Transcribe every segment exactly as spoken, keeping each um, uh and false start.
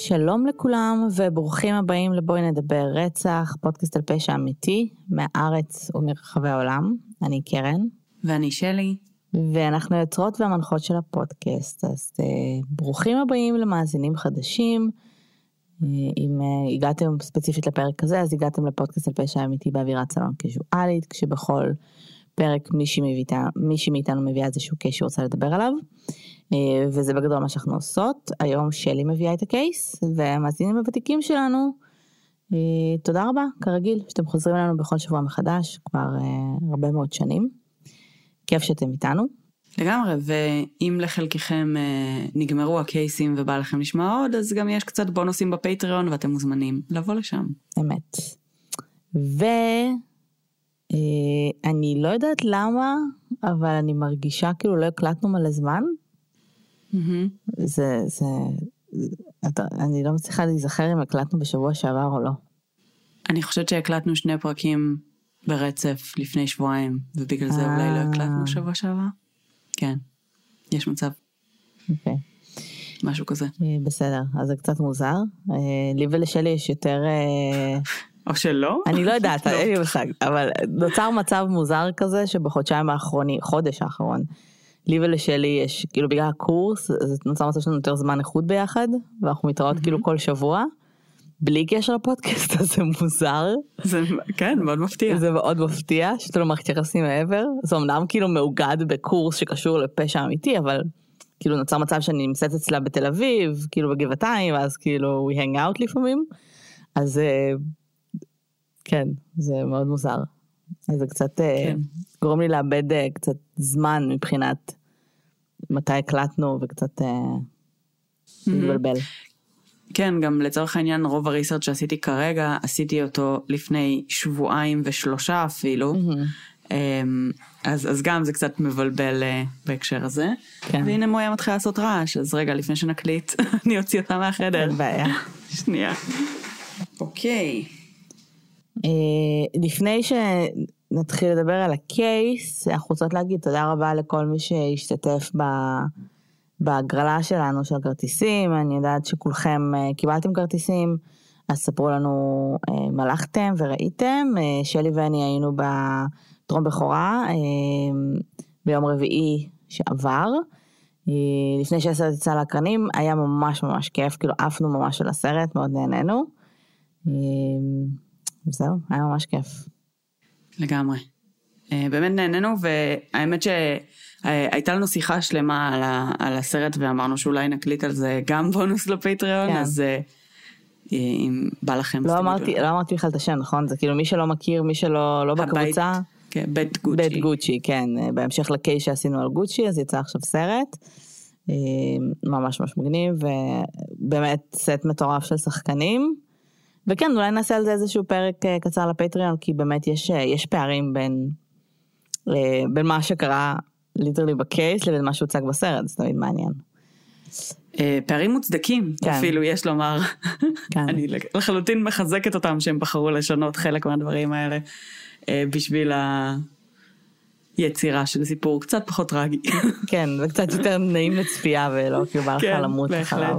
שלום לכולם וברוכים הבאים לבואי נדבר רצח, פודקאסט על פשע אמיתי מהארץ ומרחבי העולם. אני קרן. ואני שלי. ואנחנו יוצרות והמנחות של הפודקאסט. אז uh, ברוכים הבאים למאזינים חדשים. Uh, אם uh, הגעתם ספציפית לפרק הזה, אז הגעתם לפודקאסט על פשע אמיתי באווירת סלון קזואלית, כשבכל פרק מישהי, מביאה, מישהי מאיתנו מביאה איזשהו קייס שרוצה לדבר עליו. וזה בגדול מה שאנחנו עושות. היום שלי מביאה את הקייס, והמאזינים הוותיקים שלנו, תודה רבה, כרגיל, שאתם חוזרים אלינו בכל שבוע מחדש, כבר הרבה מאוד שנים. כיף שאתם איתנו. לגמרי, ואם לחלקכם נגמרו הקייסים ובא לכם לשמוע עוד, אז גם יש קצת בונוסים בפטריון, ואתם מוזמנים לבוא לשם. אמת. ואני לא יודעת למה, אבל אני מרגישה כאילו לא הקלטנו מלא זמן, זה, זה, אני לא מצליחה להיזכר אם הקלטנו בשבוע שעבר או לא. אני חושבת שהקלטנו שני פרקים ברצף לפני שבועיים, ובגלל זה אולי לא הקלטנו שבוע שעבר. כן, יש מצב. אוקיי. משהו כזה. בסדר, אז זה קצת מוזר. לי ולשלי יש יותר... או שלא? אני לא יודעת, אין לי מושג, אבל נוצר מצב מוזר כזה שבחודשיים האחרונים, חודש האחרון, לי ולשלי יש, כאילו בגלל הקורס, אז נוצר מצב שלנו יותר זמן איכות ביחד, ואנחנו מתראות כאילו כל שבוע, בלי קשר לפודקאסט, אז זה מוזר. זה, כן, מאוד מפתיע. זה מאוד מפתיע, שאתה לא מערכת יחסים מעבר. זה אמנם כאילו מאוגד בקורס שקשור לפשע אמיתי, אבל כאילו נוצר מצב שאני נמצאת אצלה בתל אביב, כאילו בגבעתיים, ואז כאילו we hang out לפעמים. אז כן, זה מאוד מוזר. אז זה קצת כן. גורם לי לאבד קצת זמן מבחינת מתי הקלטנו וקצת מבלבל. כן, גם לצורך העניין רוב הריסרצ' שעשיתי כרגע, עשיתי אותו לפני שבועיים ושלושה אפילו, אז, אז גם זה קצת מבלבל בהקשר הזה. כן. והנה מויה מתחילה לעשות רעש, אז רגע לפני שנקליט, אני אוציא אותה מהחדר. אין בעיה. שנייה. אוקיי. לפני שנתחיל לדבר על הקייס, אנחנו רוצות להגיד תודה רבה לכל מי שהשתתף בהגרלה שלנו של כרטיסים. אני יודעת שכולכם קיבלתם כרטיסים, אז ספרו לנו מה הלכתם וראיתם. שלי ואני היינו בטרום בכורה ביום רביעי שעבר, לפני שהסרט יצא להקרנים. היה ממש ממש כיף, כאילו עפנו ממש על הסרט, מאוד נהנינו. זהו, היה ממש כיף. לגמרי. באמת נהנינו, והאמת שהייתה לנו שיחה שלמה על, ה, על הסרט, ואמרנו שאולי נקליט על זה גם בונוס לפטריון, כן. אז אם בא לכם... לא אמרתי, לא אמרתי בכלל את השם, נכון? זה כאילו מי שלא מכיר, מי שלא לא בקבוצה. כן, בית גוצ'י. בית גוצ'י, כן. בהמשך לקייס שעשינו על גוצ'י, אז יצא עכשיו סרט. ממש ממש מגניב, ובאמת סט מטורף של שחקנים. וכן, אולי נעשה על זה איזשהו פרק קצר לפטריון, כי באמת יש, יש פערים בין, בין מה שקרה ליטרלי בקייס, לבין מה שהוצג בסרט, זה תמיד מעניין. פערים מוצדקים, כן. אפילו יש לומר. כן. אני לחלוטין מחזקת אותם שהם בחרו לשנות חלק מהדברים האלה, בשביל היצירה של סיפור קצת פחות טרגי. כן, וקצת יותר נעים לצפייה, ולא כאילו בא לך למות אחריו.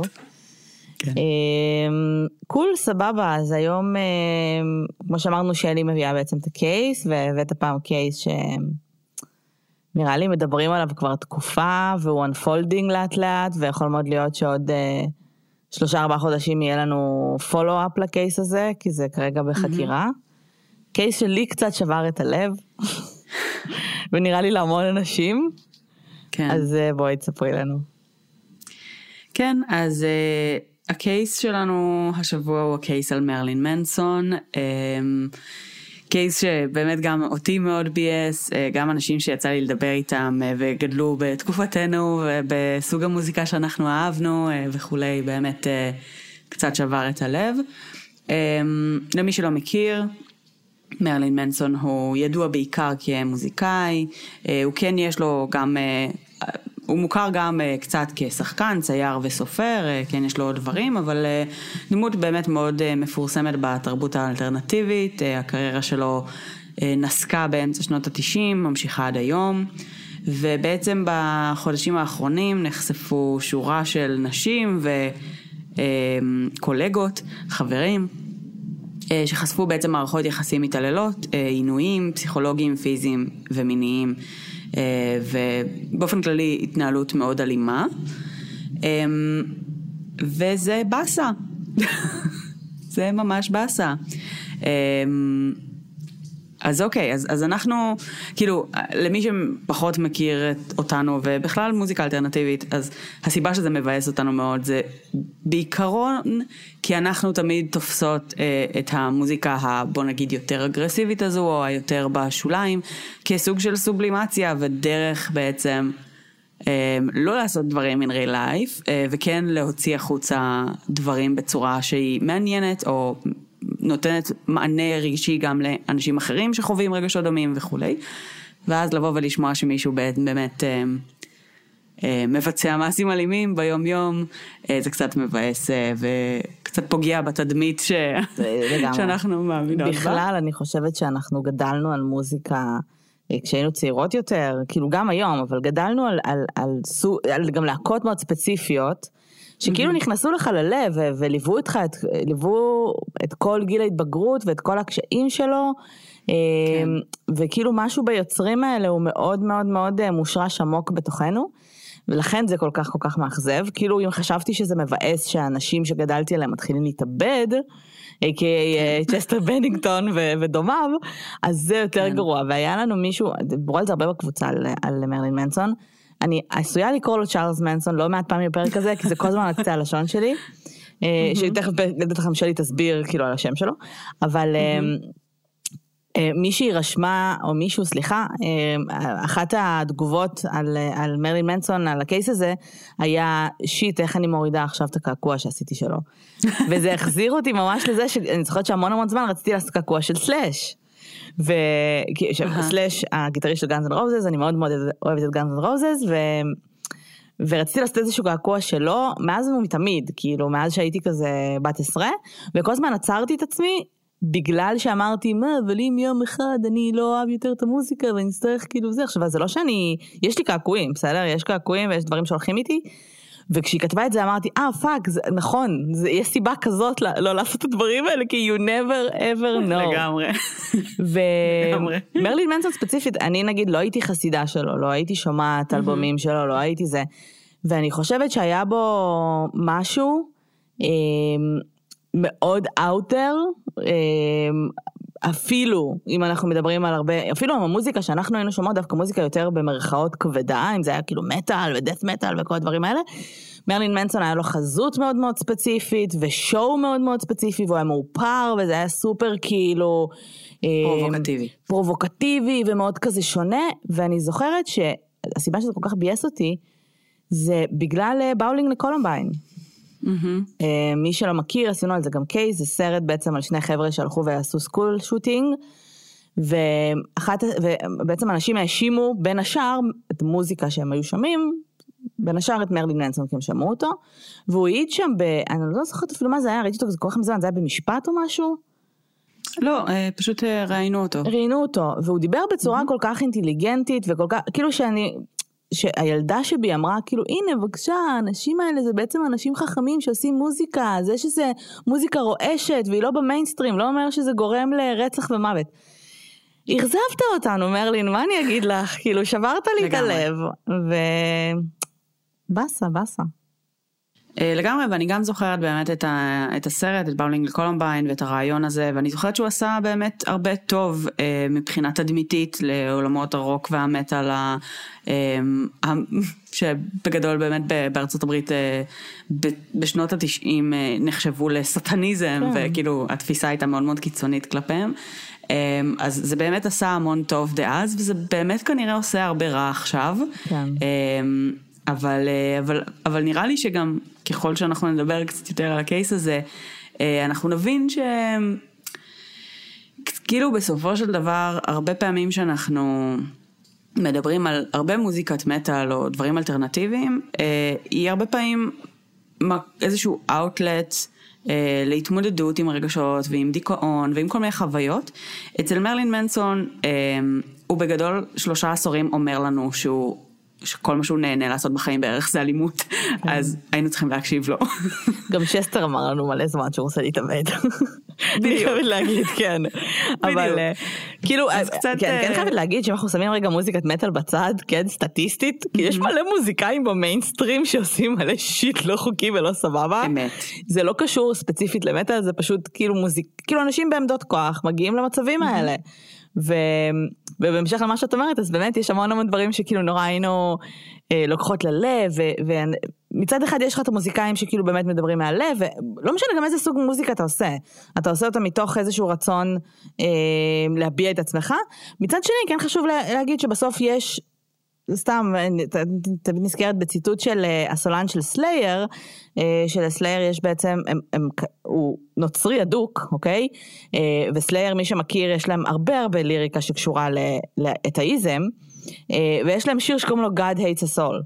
קול, סבבה. אז היום כמו שאמרנו שלי מביאה בעצם את הקייס, והבאת הפעם קייס שנראה לי מדברים עליו כבר תקופה, והוא unfolding לאט לאט, ויכול מאוד להיות שעוד שלושה ארבעה חודשים יהיה לנו follow-up לקייס הזה, כי זה כרגע בחקירה. קייס שלי קצת שבר את הלב, ונראה לי להמון אנשים. אז בואי תספרי לנו. כן, אז הקייס שלנו השבוע הוא הקייס על מרלין מנסון, קייס שבאמת גם אותי מאוד בייס, גם אנשים שיצא לי לדבר איתם וגדלו בתקופתנו ובסוג המוזיקה שאנחנו אהבנו וכולי, באמת קצת שבר את הלב. למי שלא מכיר, מרלין מנסון הוא ידוע בעיקר כמוזיקאי, הוא כן יש לו גם... הוא מוכר גם קצת כשחקן, צייר וסופר, כן יש לו עוד דברים, אבל דמות באמת מאוד מפורסמת בתרבות האלטרנטיבית, הקריירה שלו נסקה באמצע שנות התשעים, ממשיכה עד היום, ובעצם בחודשים האחרונים נחשפו שורה של נשים קולגות, חברים, שחשפו בעצם מערכות יחסים מתעללות, עינויים, פסיכולוגיים, פיזיים ומיניים, ובאופן כללי התנהלות מאוד אלימה, וזה בסה. זה ממש בסה. אז אוקיי, אז, אז אנחנו, כאילו, למי שפחות מכיר את אותנו, ובכלל מוזיקה אלטרנטיבית, אז הסיבה שזה מבאס אותנו מאוד, זה בעיקרון, כי אנחנו תמיד תופסות אה, את המוזיקה, ה, בוא נגיד, יותר אגרסיבית הזו, או היותר בשוליים, כסוג של סובלימציה, ודרך בעצם אה, לא לעשות דברים in real life, אה, וכן להוציא החוצה דברים בצורה שהיא מעניינת, או נותנת מענה רגשי גם לאנשים אחרים שחווים רגשות דומים וכולי, ואז לבוא ולשמוע שמישהו באמת אה, אה, מבצע מעשים אלימים ביום יום, אה, זה קצת מבאס אה, וקצת פוגע בתדמית ש... שאנחנו מאמינות בה. בכלל אני חושבת שאנחנו גדלנו על מוזיקה כשהיינו צעירות יותר, כאילו גם היום, אבל גדלנו על, על, על, על, על גם להקות מאוד ספציפיות, שכאילו נכנסו לך ללב וליוו אותך, ליוו את כל גיל ההתבגרות ואת כל הקשיים שלו, וכאילו משהו ביוצרים האלה הוא מאוד מאוד מאוד מושרש עמוק בתוכנו, ולכן זה כל כך כל כך מאכזב. כאילו אם חשבתי שזה מבאס שהאנשים שגדלתי עליהם מתחילים להתאבד, צ'סטר בנינגטון ודומיו, אז זה יותר גרוע. והיה לנו מישהו, דיברו על זה הרבה בקבוצה על מרלין מנסון, אני עשויה לקרוא לו צ'ארלס מנסון לא מעט פעמים בפרק הזה, כי זה כל הזמן על קצה הלשון שלי, שתכף בטח שלי תסביר כאילו על השם שלו, אבל מישהי רשמה, או מישהו, סליחה, אחת התגובות על, על מרלין מנסון, על הקייס הזה, היה שיט, איך אני מורידה עכשיו את הקעקוע שעשיתי שלו. וזה החזיר אותי ממש לזה, שאני זוכרת שהמון המון זמן רציתי לעשות קעקוע של סלאש. וסלאש, הגיטריסט של גאנז אנד רוזז, אני מאוד מאוד אוהבת את גאנז אנד רוזז, ו... ורציתי לעשות איזשהו קעקוע שלו, מאז הוא מתמיד, כאילו, מאז שהייתי כזה בת עשרה, וכל הזמן עצרתי את עצמי, בגלל שאמרתי, מה, אבל אם יום אחד אני לא אוהב יותר את המוזיקה, ואני אצטרך כאילו זה, עכשיו, זה לא שאני, יש לי קעקועים, בסדר? יש קעקועים ויש דברים שהולכים איתי, וכשהיא כתבה את זה אמרתי, אה, פאק, זה, נכון, זה, יש סיבה כזאת לא, לא לעשות את הדברים האלה, כי you never ever know. לגמרי. ומרלין מנסון ספציפית, אני נגיד לא הייתי חסידה שלו, לא הייתי שומעת אלבומים שלו, לא הייתי זה, ואני חושבת שהיה בו משהו אה, מאוד אאוטר, אה, אפילו אם אנחנו מדברים על הרבה, אפילו עם המוזיקה שאנחנו היינו שומעות, דווקא מוזיקה יותר במרכאות כבדה, אם זה היה כאילו מטל ודאט מטל וכל הדברים האלה, מרלין מנסון היה לו חזות מאוד מאוד ספציפית, ושואו מאוד מאוד ספציפי, והוא היה מאופר, וזה היה סופר כאילו... פרובוקטיבי. פרובוקטיבי, ומאוד כזה שונה, ואני זוכרת שהסיבה שזה כל כך בייס אותי, זה בגלל באולינג לקולומביין. Mm-hmm. מי שלא מכיר, עשינו על זה גם קייס, זה סרט בעצם על שני חבר'ה שהלכו ועשו סקול שוטינג, ואחת, ובעצם אנשים האשימו בין השאר את המוזיקה שהם היו שומעים, בין השאר את מרלין מנסון כי הם שמעו אותו, והוא העיד שם, ב, אני לא זוכרת אפילו מה זה היה, ראיתי אותו כזה כל כך מזמן, זה היה במשפט או משהו? לא, פשוט ראינו אותו. ראינו אותו, והוא דיבר בצורה mm-hmm. כל כך אינטליגנטית, וכל כך, כאילו שאני... שהילדה שבי אמרה, כאילו, הנה, בבקשה, האנשים האלה זה בעצם אנשים חכמים שעושים מוזיקה, זה שזה מוזיקה רועשת, והיא לא במיינסטרים, לא אומר שזה גורם לרצח ומוות. הרזבת אותנו, מרלין, מה אני אגיד לך? כאילו, שברת לי את הלב, ו... בסה, בסה. לגמרי, ואני גם זוכרת באמת את, ה, את הסרט, את באולינג לקולומביין, ואת הרעיון הזה, ואני זוכרת שהוא עשה באמת הרבה טוב אה, מבחינת תדמיתית לעולמות הרוק והמטל, אה, אה, שבגדול באמת בארצות הברית אה, ב, בשנות התשעים אה, נחשבו לסטניזם, כן. וכאילו התפיסה הייתה מאוד מאוד קיצונית כלפיהם, אה, אז זה באמת עשה המון טוב דאז, וזה באמת כנראה עושה הרבה רע עכשיו, כן. אה, אבל, אבל, אבל נראה לי שגם ככל שאנחנו נדבר קצת יותר על הקייס הזה, אנחנו נבין ש... כאילו בסופו של דבר, הרבה פעמים שאנחנו מדברים על הרבה מוזיקת מטל או דברים אלטרנטיביים, היא הרבה פעמים איזשהו אאוטלט להתמודדות עם רגשות ועם דיכאון ועם כל מיני חוויות. אצל מרלין מנסון, הוא בגדול שלושה עשורים אומר לנו שהוא שכל מה שהוא נהנה לעשות בחיים בערך זה אלימות, אז היינו צריכים להקשיב לו. גם שסטר אמר לנו מלא זמן שהוא רוצה להתאבד. בדיוק. אני חייבת להגיד, כן. אבל כאילו, כן חייבת להגיד שאנחנו שמים רגע מוזיקת מטל בצד, כן, סטטיסטית, כי יש מלא מוזיקאים במיינסטרים שעושים מלא שיט לא חוקי ולא סבבה. אמת. זה לא קשור ספציפית למטל, זה פשוט כאילו מוזיק, כאילו אנשים בעמדות כוח מגיעים למצבים האלה. ו... ובהמשך למה שאת אומרת, אז באמת יש המון המון דברים שכאילו נורא היינו אה, לוקחות ללב, ו... ומצד אחד יש לך את המוזיקאים שכאילו באמת מדברים מהלב, ולא משנה גם איזה סוג מוזיקה אתה עושה, אתה עושה אותה מתוך איזשהו רצון אה, להביע את עצמך, מצד שני כן חשוב לה... להגיד שבסוף יש, סתם, תמיד נזכרת בציטוט של הסולן של סלייר, של סלייר יש בעצם, הם, הם, הוא נוצרי אדוק, אוקיי? וסלייר, מי שמכיר, יש להם הרבה הרבה ליריקה שקשורה לאתאיזם, ויש להם שיר שקוראים לו God Hates Us All,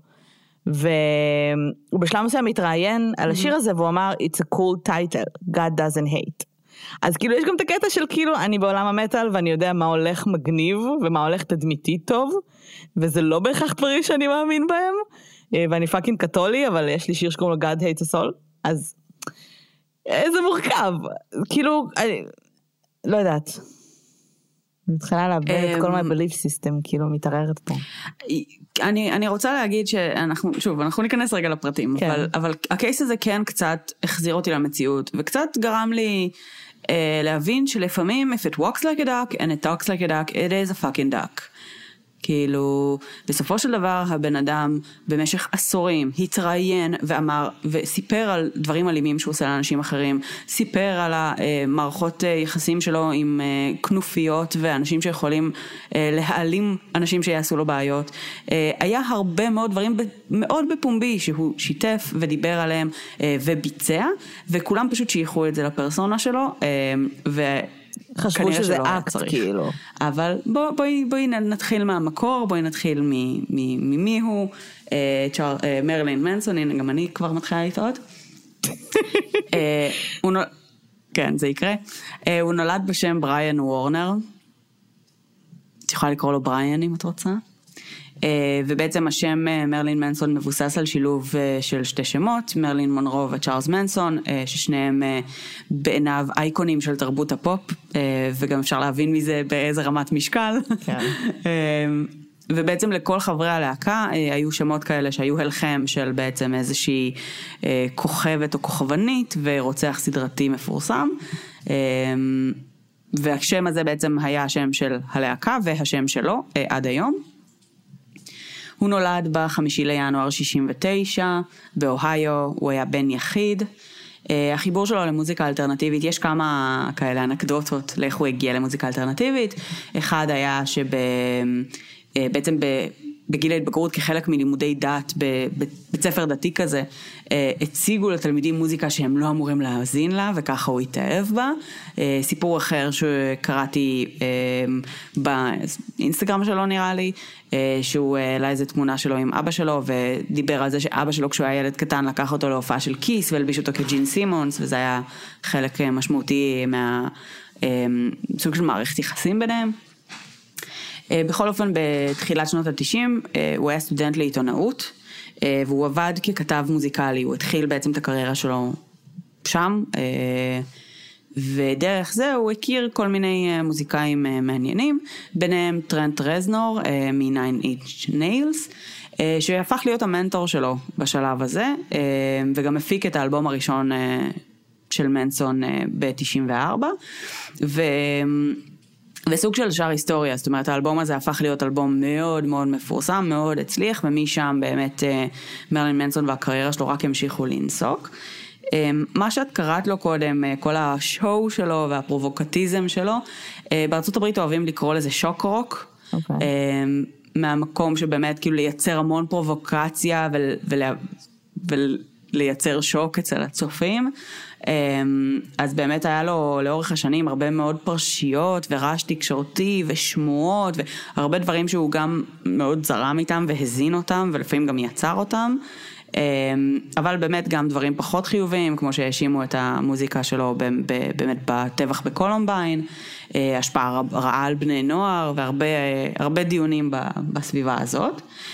והוא בשלב מסוים מתראיין על השיר הזה, והוא אמר, It's a cool title, God doesn't hate. אז כאילו יש גם את הקטע של כאילו, אני בעולם המטל, ואני יודע מה הולך מגניב, ומה הולך תדמיתי טוב, וזה לא בהכרח דברים שאני מאמין בהם, ואני פאקינג קתולי, אבל יש לי שיר שקוראים לו God Hates Us All, אז זה מורכב, כאילו, אני לא יודעת, אני מתחילה לאבד את כל my belief system, כאילו מתערערת פה. אני, אני רוצה להגיד שאנחנו, שוב, אנחנו ניכנס רגע לפרטים, כן. אבל, אבל הקייס הזה כן קצת החזיר אותי למציאות, וקצת גרם לי uh, להבין שלפעמים, if it walks like a duck and it talks like a duck, it is a fucking duck. כאילו, בסופו של דבר, הבן אדם במשך עשורים התראיין ואמר, וסיפר על דברים אלימים שהוא עושה לאנשים אחרים, סיפר על המערכות יחסים שלו עם כנופיות ואנשים שיכולים להעלים אנשים שיעשו לו בעיות. היה הרבה מאוד דברים מאוד בפומבי שהוא שיתף ודיבר עליהם וביצע, וכולם פשוט שייכו את זה לפרסונה שלו, ו... חשבו שזה אקט כאילו. אבל בוא, בואי, בואי נתחיל מהמקור, בואי נתחיל ממי הוא, מרלין מנסון, הנה גם אני כבר מתחילה לטעות. כן, זה יקרה. הוא נולד בשם בריאן וורנר. את יכולה לקרוא לו בריאן אם את רוצה. ובעצם השם מרלין מנסון מבוסס על שילוב של שתי שמות, מרלין מונרו וצ'ארלס מנסון, ששניהם בעיניו אייקונים של תרבות הפופ, וגם אפשר להבין מזה באיזה רמת משקל. כן. ובעצם לכל חברי הלהקה היו שמות כאלה שהיו הלחם של בעצם איזושהי כוכבת או כוכבנית ורוצח סדרתי מפורסם. והשם הזה בעצם היה השם של הלהקה והשם שלו עד היום. הוא נולד בחמישי לינואר שישים ותשע, באוהיו, הוא היה בן יחיד. החיבור שלו למוזיקה אלטרנטיבית, יש כמה כאלה אנקדוטות לאיך הוא הגיע למוזיקה אלטרנטיבית. אחד היה שבעצם בגיל ההתבגרות כחלק מלימודי דת, בבית ספר דתי כזה, הציגו לתלמידים מוזיקה שהם לא אמורים להאזין לה, וככה הוא התאהב בה. סיפור אחר שקראתי באינסטגרם שלו נראה לי, שהוא העלה איזו תמונה שלו עם אבא שלו, ודיבר על זה שאבא שלו כשהוא היה ילד קטן לקח אותו להופעה של כיס, והלביש אותו כג'ין סימונס, וזה היה חלק משמעותי מהסוג של מערכת יחסים ביניהם. בכל אופן, בתחילת שנות ה-תשעים, הוא היה סטודנט לעיתונאות, והוא עבד ככתב מוזיקלי, הוא התחיל בעצם את הקריירה שלו שם, ודרך זה הוא הכיר כל מיני מוזיקאים מעניינים, ביניהם טרנט רזנור מ-Nine Inch Nails, שהפך להיות המנטור שלו בשלב הזה, וגם הפיק את האלבום הראשון של מנסון ב-תשעים וארבע, ו... וסוג של שאר היסטוריה, זאת אומרת, האלבום הזה הפך להיות אלבום מאוד מאוד מפורסם, מאוד הצליח, ומשם באמת מרלין מנסון והקריירה שלו רק המשיכו לנסוק. מה שאת קראת לו קודם, כל השואו שלו והפרובוקטיזם שלו, בארצות הברית אוהבים לקרוא לזה שוק רוק, okay. מהמקום שבאמת כאילו לייצר המון פרובוקציה ולה, ולייצר שוק אצל הצופים. אז באמת היה לו לאורך השנים הרבה מאוד פרשיות ורעש תקשורתי ושמועות והרבה דברים שהוא גם מאוד זרם איתם והזין אותם ולפעמים גם יצר אותם, אבל באמת גם דברים פחות חיוביים, כמו שהאשימו את המוזיקה שלו באמת בטבח בקולומביין, השפעה רעה על בני נוער והרבה הרבה דיונים בסביבה הזאת.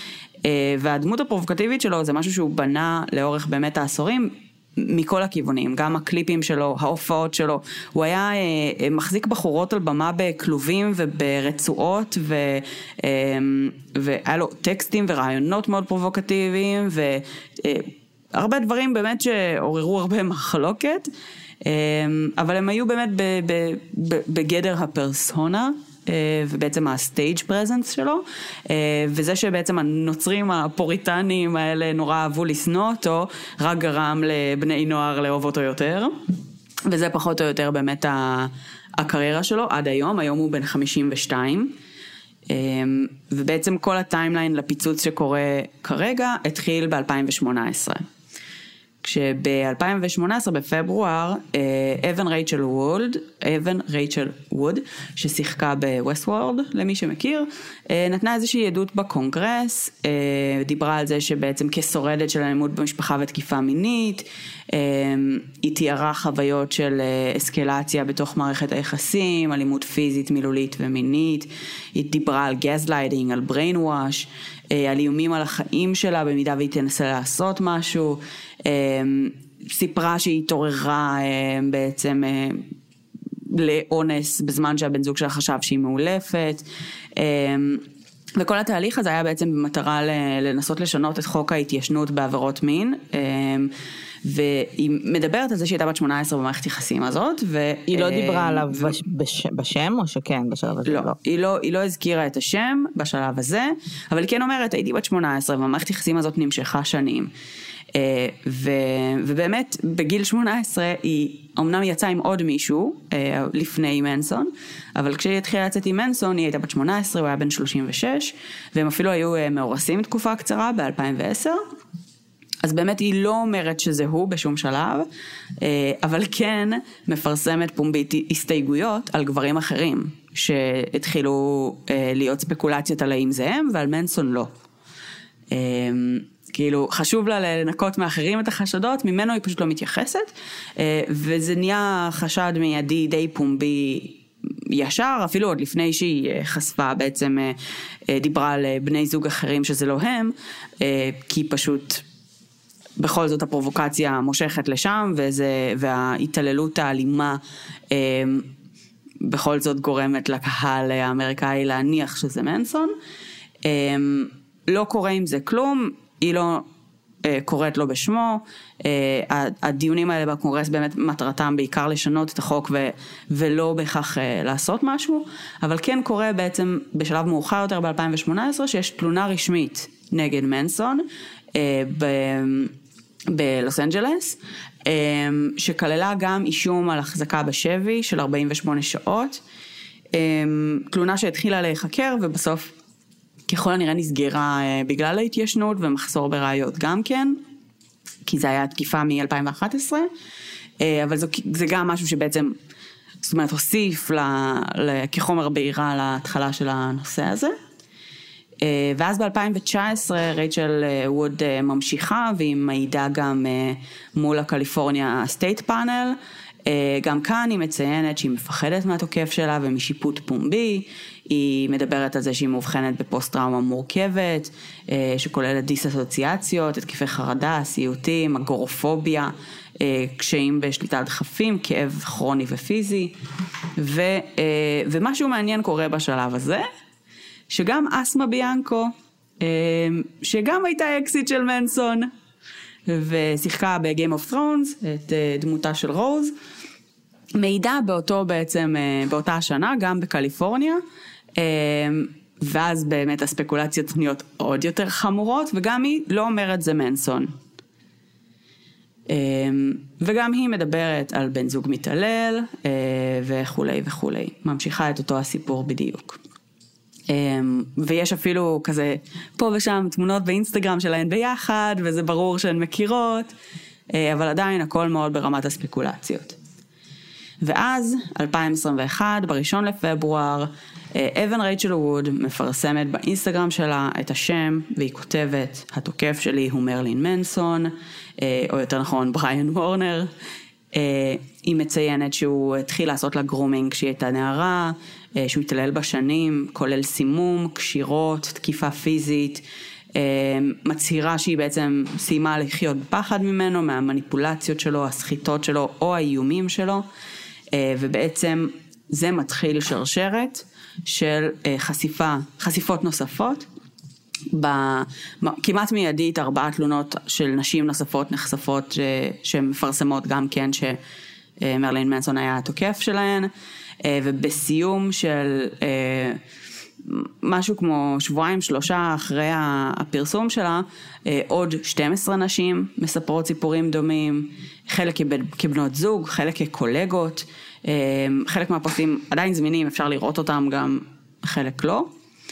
והדמות הפרובוקטיבית שלו זה משהו שהוא בנה לאורך באמת העשורים, מכל הכיוונים, גם הקליפים שלו, ההופעות שלו, הוא היה אה, מחזיק בחורות על במה בכלובים וברצועות, ו, אה, והיה לו טקסטים ורעיונות מאוד פרובוקטיביים, והרבה דברים באמת שעוררו הרבה מחלוקת, אה, אבל הם היו באמת ב, ב, ב, בגדר הפרסונה, ובעצם הסטייג' פרזנס שלו, וזה שבעצם הנוצרים הפוריטנים האלה נורא אהבו לשנוא אותו, רק גרם לבני נוער לאהוב אותו יותר, וזה פחות או יותר באמת הקריירה שלו עד היום. היום הוא בן חמישים ושתיים, ובעצם כל הטיימליין לפיצוץ שקורה כרגע התחיל ב-אלפיים ושמונה עשרה. כשב-אלפיים ושמונה עשרה בפברואר, אבן רייצ'ל ווד, אבן רייצ'ל ווד, ששיחקה בווסטוורד, למי שמכיר, נתנה איזושהי עדות בקונגרס, דיברה על זה שבעצם כשורדת של אלימות במשפחה ותקיפה מינית, היא תיארה חוויות של אסקלציה בתוך מערכת היחסים, אלימות פיזית, מילולית ומינית, היא דיברה על גזלייטינג, על brainwash, על איומים על החיים שלה במידה והיא תנסה לעשות משהו, סיפרה שהיא התעוררה בעצם לאונס בזמן שהבן זוג שלה חשב שהיא מאולפת, וכל התהליך הזה היה בעצם במטרה לנסות לשנות את חוק ההתיישנות בעבירות מין, והיא מדברת על זה שהיא הייתה בת שמונה עשרה במערכת יחסים הזאת. היא לא דיברה עליו בשם או שכן בשלב הזה? לא, היא לא הזכירה את השם בשלב הזה, אבל היא כן אומרת, הייתי בת שמונה עשרה והמערכת יחסים הזאת נמשכה שנים. ובאמת בגיל שמונה עשרה היא אמנם יצאה עם עוד מישהו לפני מנסון, אבל כשהיא התחילה לצאת עם מנסון היא הייתה בת שמונה עשרה, הוא היה בן שלושים ושש, והם אפילו היו מאורסים תקופה קצרה ב-אלפיים ועשר. אז באמת היא לא אומרת שזה הוא בשום שלב, אבל כן מפרסמת פומבית הסתייגויות על גברים אחרים, שהתחילו להיות ספקולציות על האם זה הם, ועל מנסון לא. כאילו חשוב לה לנקות מאחרים את החשדות, ממנו היא פשוט לא מתייחסת, וזה נהיה חשד מיידי די פומבי ישר, אפילו עוד לפני שהיא חשפה, בעצם דיברה על בני זוג אחרים שזה לא הם, כי פשוט בכל זאת הפרובוקציה מושכת לשם, וזה, וההתעללות האלימה בכל זאת גורמת לקהל האמריקאי להניח שזה מנסון. לא קורה עם זה כלום, היא לא קוראת לו בשמו, הדיונים האלה בקונגרס באמת מטרתם בעיקר לשנות את החוק ו, ולא בהכרח לעשות משהו, אבל כן קורה בעצם בשלב מאוחר יותר ב-אלפיים ושמונה עשרה שיש תלונה רשמית נגד מנסון ב... בלוס אנג'לס, שכללה גם אישום על החזקה בשבי של ארבעים ושמונה שעות, תלונה שהתחילה להיחקר ובסוף ככל הנראה נסגרה בגלל ההתיישנות ומחסור בראיות גם כן, כי זה היה תקיפה מ-אלפיים ואחת עשרה, אבל זה, זה גם משהו שבעצם, זאת אומרת, הוסיף כחומר בעירה להתחלה של הנושא הזה. ואז ב-אלפיים תשע עשרה רייצ'ל ווד ממשיכה, והיא מעידה גם מול הקליפורניה סטייט פאנל, גם כאן היא מציינת שהיא מפחדת מהתוקף שלה ומשיפוט פומבי, היא מדברת על זה שהיא מאובחנת בפוסט טראומה מורכבת, שכוללת דיסאסוציאציות, התקפי חרדה, סיוטים, אגורופוביה, קשיים בשליטה על דחפים, כאב כרוני ופיזי, ו, ומשהו מעניין קורה בשלב הזה, שגם אסמה ביאנקו, שגם הייתה אקסיט של מנסון, ושיחקה ב-Game of Thrones, את דמותה של רוז, מעידה באותו בעצם, באותה השנה, גם בקליפורניה, ואז באמת הספקולציות נהיות עוד יותר חמורות, וגם היא לא אומרת זה מנסון. וגם היא מדברת על בן זוג מתעלל, וכולי וכולי. ממשיכה את אותו הסיפור בדיוק. ויש אפילו כזה פה ושם תמונות באינסטגרם שלהן ביחד, וזה ברור שהן מכירות, אבל עדיין הכל מאוד ברמת הספקולציות. ואז אלפיים עשרים ואחת, בראשון לפברואר, אבן רייצ'ל ווד מפרסמת באינסטגרם שלה את השם, והיא כותבת, התוקף שלי הוא מרלין מנסון, או יותר נכון בריאן וורנר. היא מציינת שהוא התחיל לעשות לה גרומינג כשהיא הייתה נערה, שהוא התעלל בשנים, כולל סימום, קשירות, תקיפה פיזית, מצהירה שהיא בעצם סיימה לחיות בפחד ממנו, מהמניפולציות שלו, הסחיטות שלו או האיומים שלו, ובעצם זה מתחיל שרשרת של חשיפה, חשיפות נוספות. כמעט מיידית ארבעה תלונות של נשים נוספות נחשפות שמפרסמות גם כן שמרלין מנסון היה התוקף שלהן, ובסיום של משהו כמו שבועיים שלושה אחרי הפרסום שלה, עוד שתים עשרה נשים מספרות סיפורים דומים, חלק כבנות זוג, חלק כקולגות, חלק מהפוסטים עדיין זמינים, אפשר לראות אותם גם, חלק לא.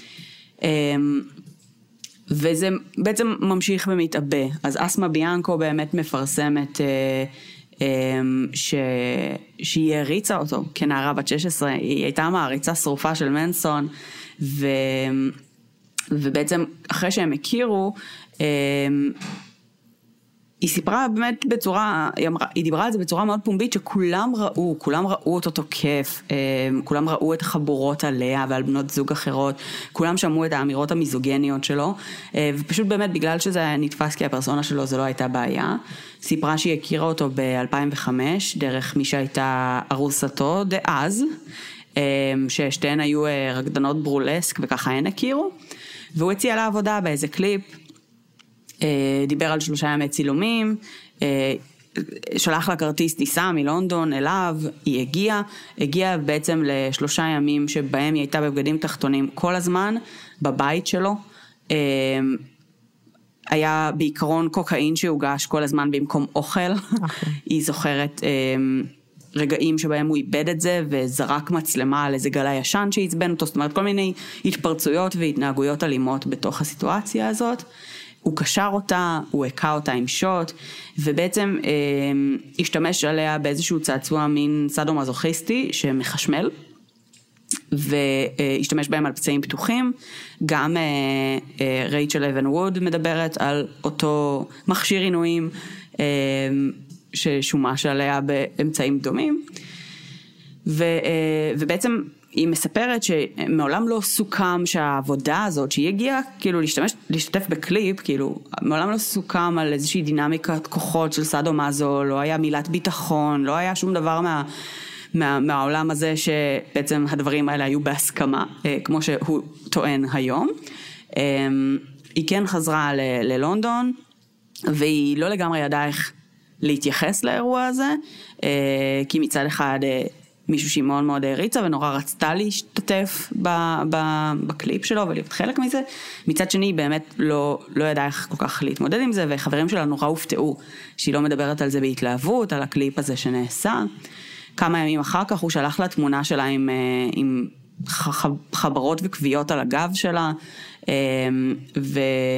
וזה בעצם ממשיך ומתאבא. אז אסמה ביאנקו באמת מפרסמת ש... שהיא הריצה אותו כנערה בת שש עשרה, היא הייתה מעריצה שרופה של מנסון, ו... ובעצם אחרי שהם הכירו, היא סיפרה באמת בצורה, היא, אמרה, היא דיברה על זה בצורה מאוד פומבית, שכולם ראו, כולם ראו אותו תוקף, כולם ראו את החבורות עליה ועל בנות זוג אחרות, כולם שמעו את האמירות המיזוגניות שלו, ופשוט באמת בגלל שזה נתפס כי הפרסונה שלו זה לא הייתה בעיה. סיפרה שהיא הכירה אותו ב-אלפיים וחמש, דרך מי שהייתה ארוסתו דאז, ששתיהן היו רקדנות ברולסק וככה הן הכירו, והוא הציע לה עבודה באיזה קליפ, דיבר על שלושה ימי צילומים, שלח לה כרטיס טיסה מלונדון אליו, היא הגיעה, הגיעה בעצם לשלושה ימים שבהם היא הייתה בבגדים תחתונים כל הזמן, בבית שלו, היה בעיקרון קוקאין שהוגש כל הזמן במקום אוכל, היא זוכרת רגעים שבהם הוא איבד את זה וזרק מצלמה על איזה גלה ישן שהצבן אותו, זאת אומרת כל מיני התפרצויות והתנהגויות אלימות בתוך הסיטואציה הזאת. הוא קשר אותה, הוא הקע אותה עם שוט, ובעצם אה, השתמש עליה באיזשהו צעצוע מין סאדו-מזוכיסטי שמחשמל, והשתמש בהם על פצעים פתוחים. גם אה, אה, רייצ'ל אבן ווד מדברת על אותו מכשיר עינויים אה, ששומש עליה באמצעים דומים, ו, אה, ובעצם היא מספרת שמעולם לא סוכם שהעבודה הזאת, שהיא הגיעה כאילו להשתמש, להשתתף בקליפ, כאילו מעולם לא סוכם על איזושהי דינמיקת כוחות של סאדו מאזו, לא היה מילת ביטחון, לא היה שום דבר מה, מה, מהעולם הזה שבעצם הדברים האלה היו בהסכמה, כמו שהוא טוען היום. היא כן חזרה ל, ללונדון, והיא לא לגמרי ידעה איך להתייחס לאירוע הזה, כי מצד אחד מישהו שהיא מאוד מאוד הריצה ונורא רצתה להשתתף ב, ב, בקליפ שלו ולהיות חלק מזה. מצד שני היא באמת לא, לא ידעה איך כל כך להתמודד עם זה, וחברים שלה נורא הופתעו שהיא לא מדברת על זה בהתלהבות, על הקליפ הזה שנעשה. כמה ימים אחר כך הוא שלח לה תמונה שלה עם, עם חברות וקביעות על הגב שלה, ו...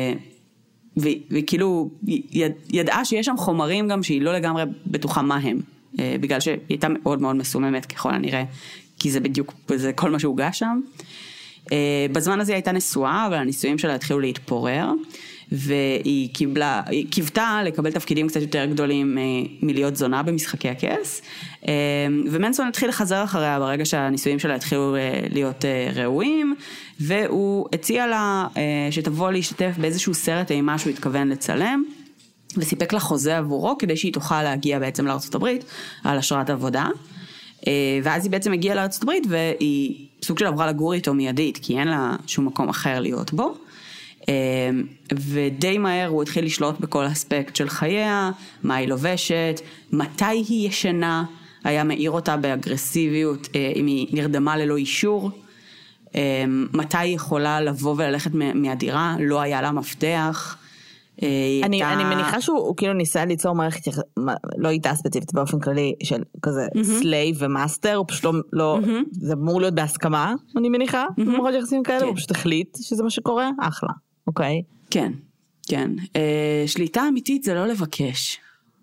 וכאילו ידעה שיש שם חומרים גם שהיא לא לגמרי בטוחה מה הם, בגלל שהיא הייתה מאוד מאוד מסוממת ככל הנראה, כי זה בדיוק, זה כל מה שהוגש שם. בזמן הזה היא הייתה נשואה, אבל הנישואים שלה התחילו להתפורר, והיא קיבלה, היא קיוותה לקבל תפקידים קצת יותר גדולים מלהיות זונה במשחקי הכס, ומנסון התחיל לחזר אחריה ברגע שהנישואים שלה התחילו להיות ראויים, והוא הציע לה שתבוא להשתתף באיזשהו סרט אימה שהוא התכוון לצלם, וסיפק לה חוזה עבורו כדי שהיא תוכל להגיע בעצם לארצות הברית על אשרת עבודה, ואז היא בעצם הגיעה לארצות הברית והיא סוג של עברה לגור איתו מיידית, כי אין לה שום מקום אחר להיות בו, ודי מהר הוא התחיל לשלוט בכל אספקט של חייה, מה היא לובשת, מתי היא ישנה, היה מאיר אותה באגרסיביות אם היא נרדמה ללא אישור, מתי היא יכולה לבוא וללכת מהדירה, לא היה לה מפתח. אני, אני מניחה שהוא כאילו ניסה ליצור מערכת, לא איתה ספציפית באופן כללי של כזה סלייב ומאסטר, הוא פשוט לא, לא זה אמור להיות בהסכמה, אני מניחה, במערכות יחסים כאלה, הוא פשוט החליט שזה מה שקורה, אחלה, אוקיי. כן, כן. שליטה אמיתית זה לא לבקש.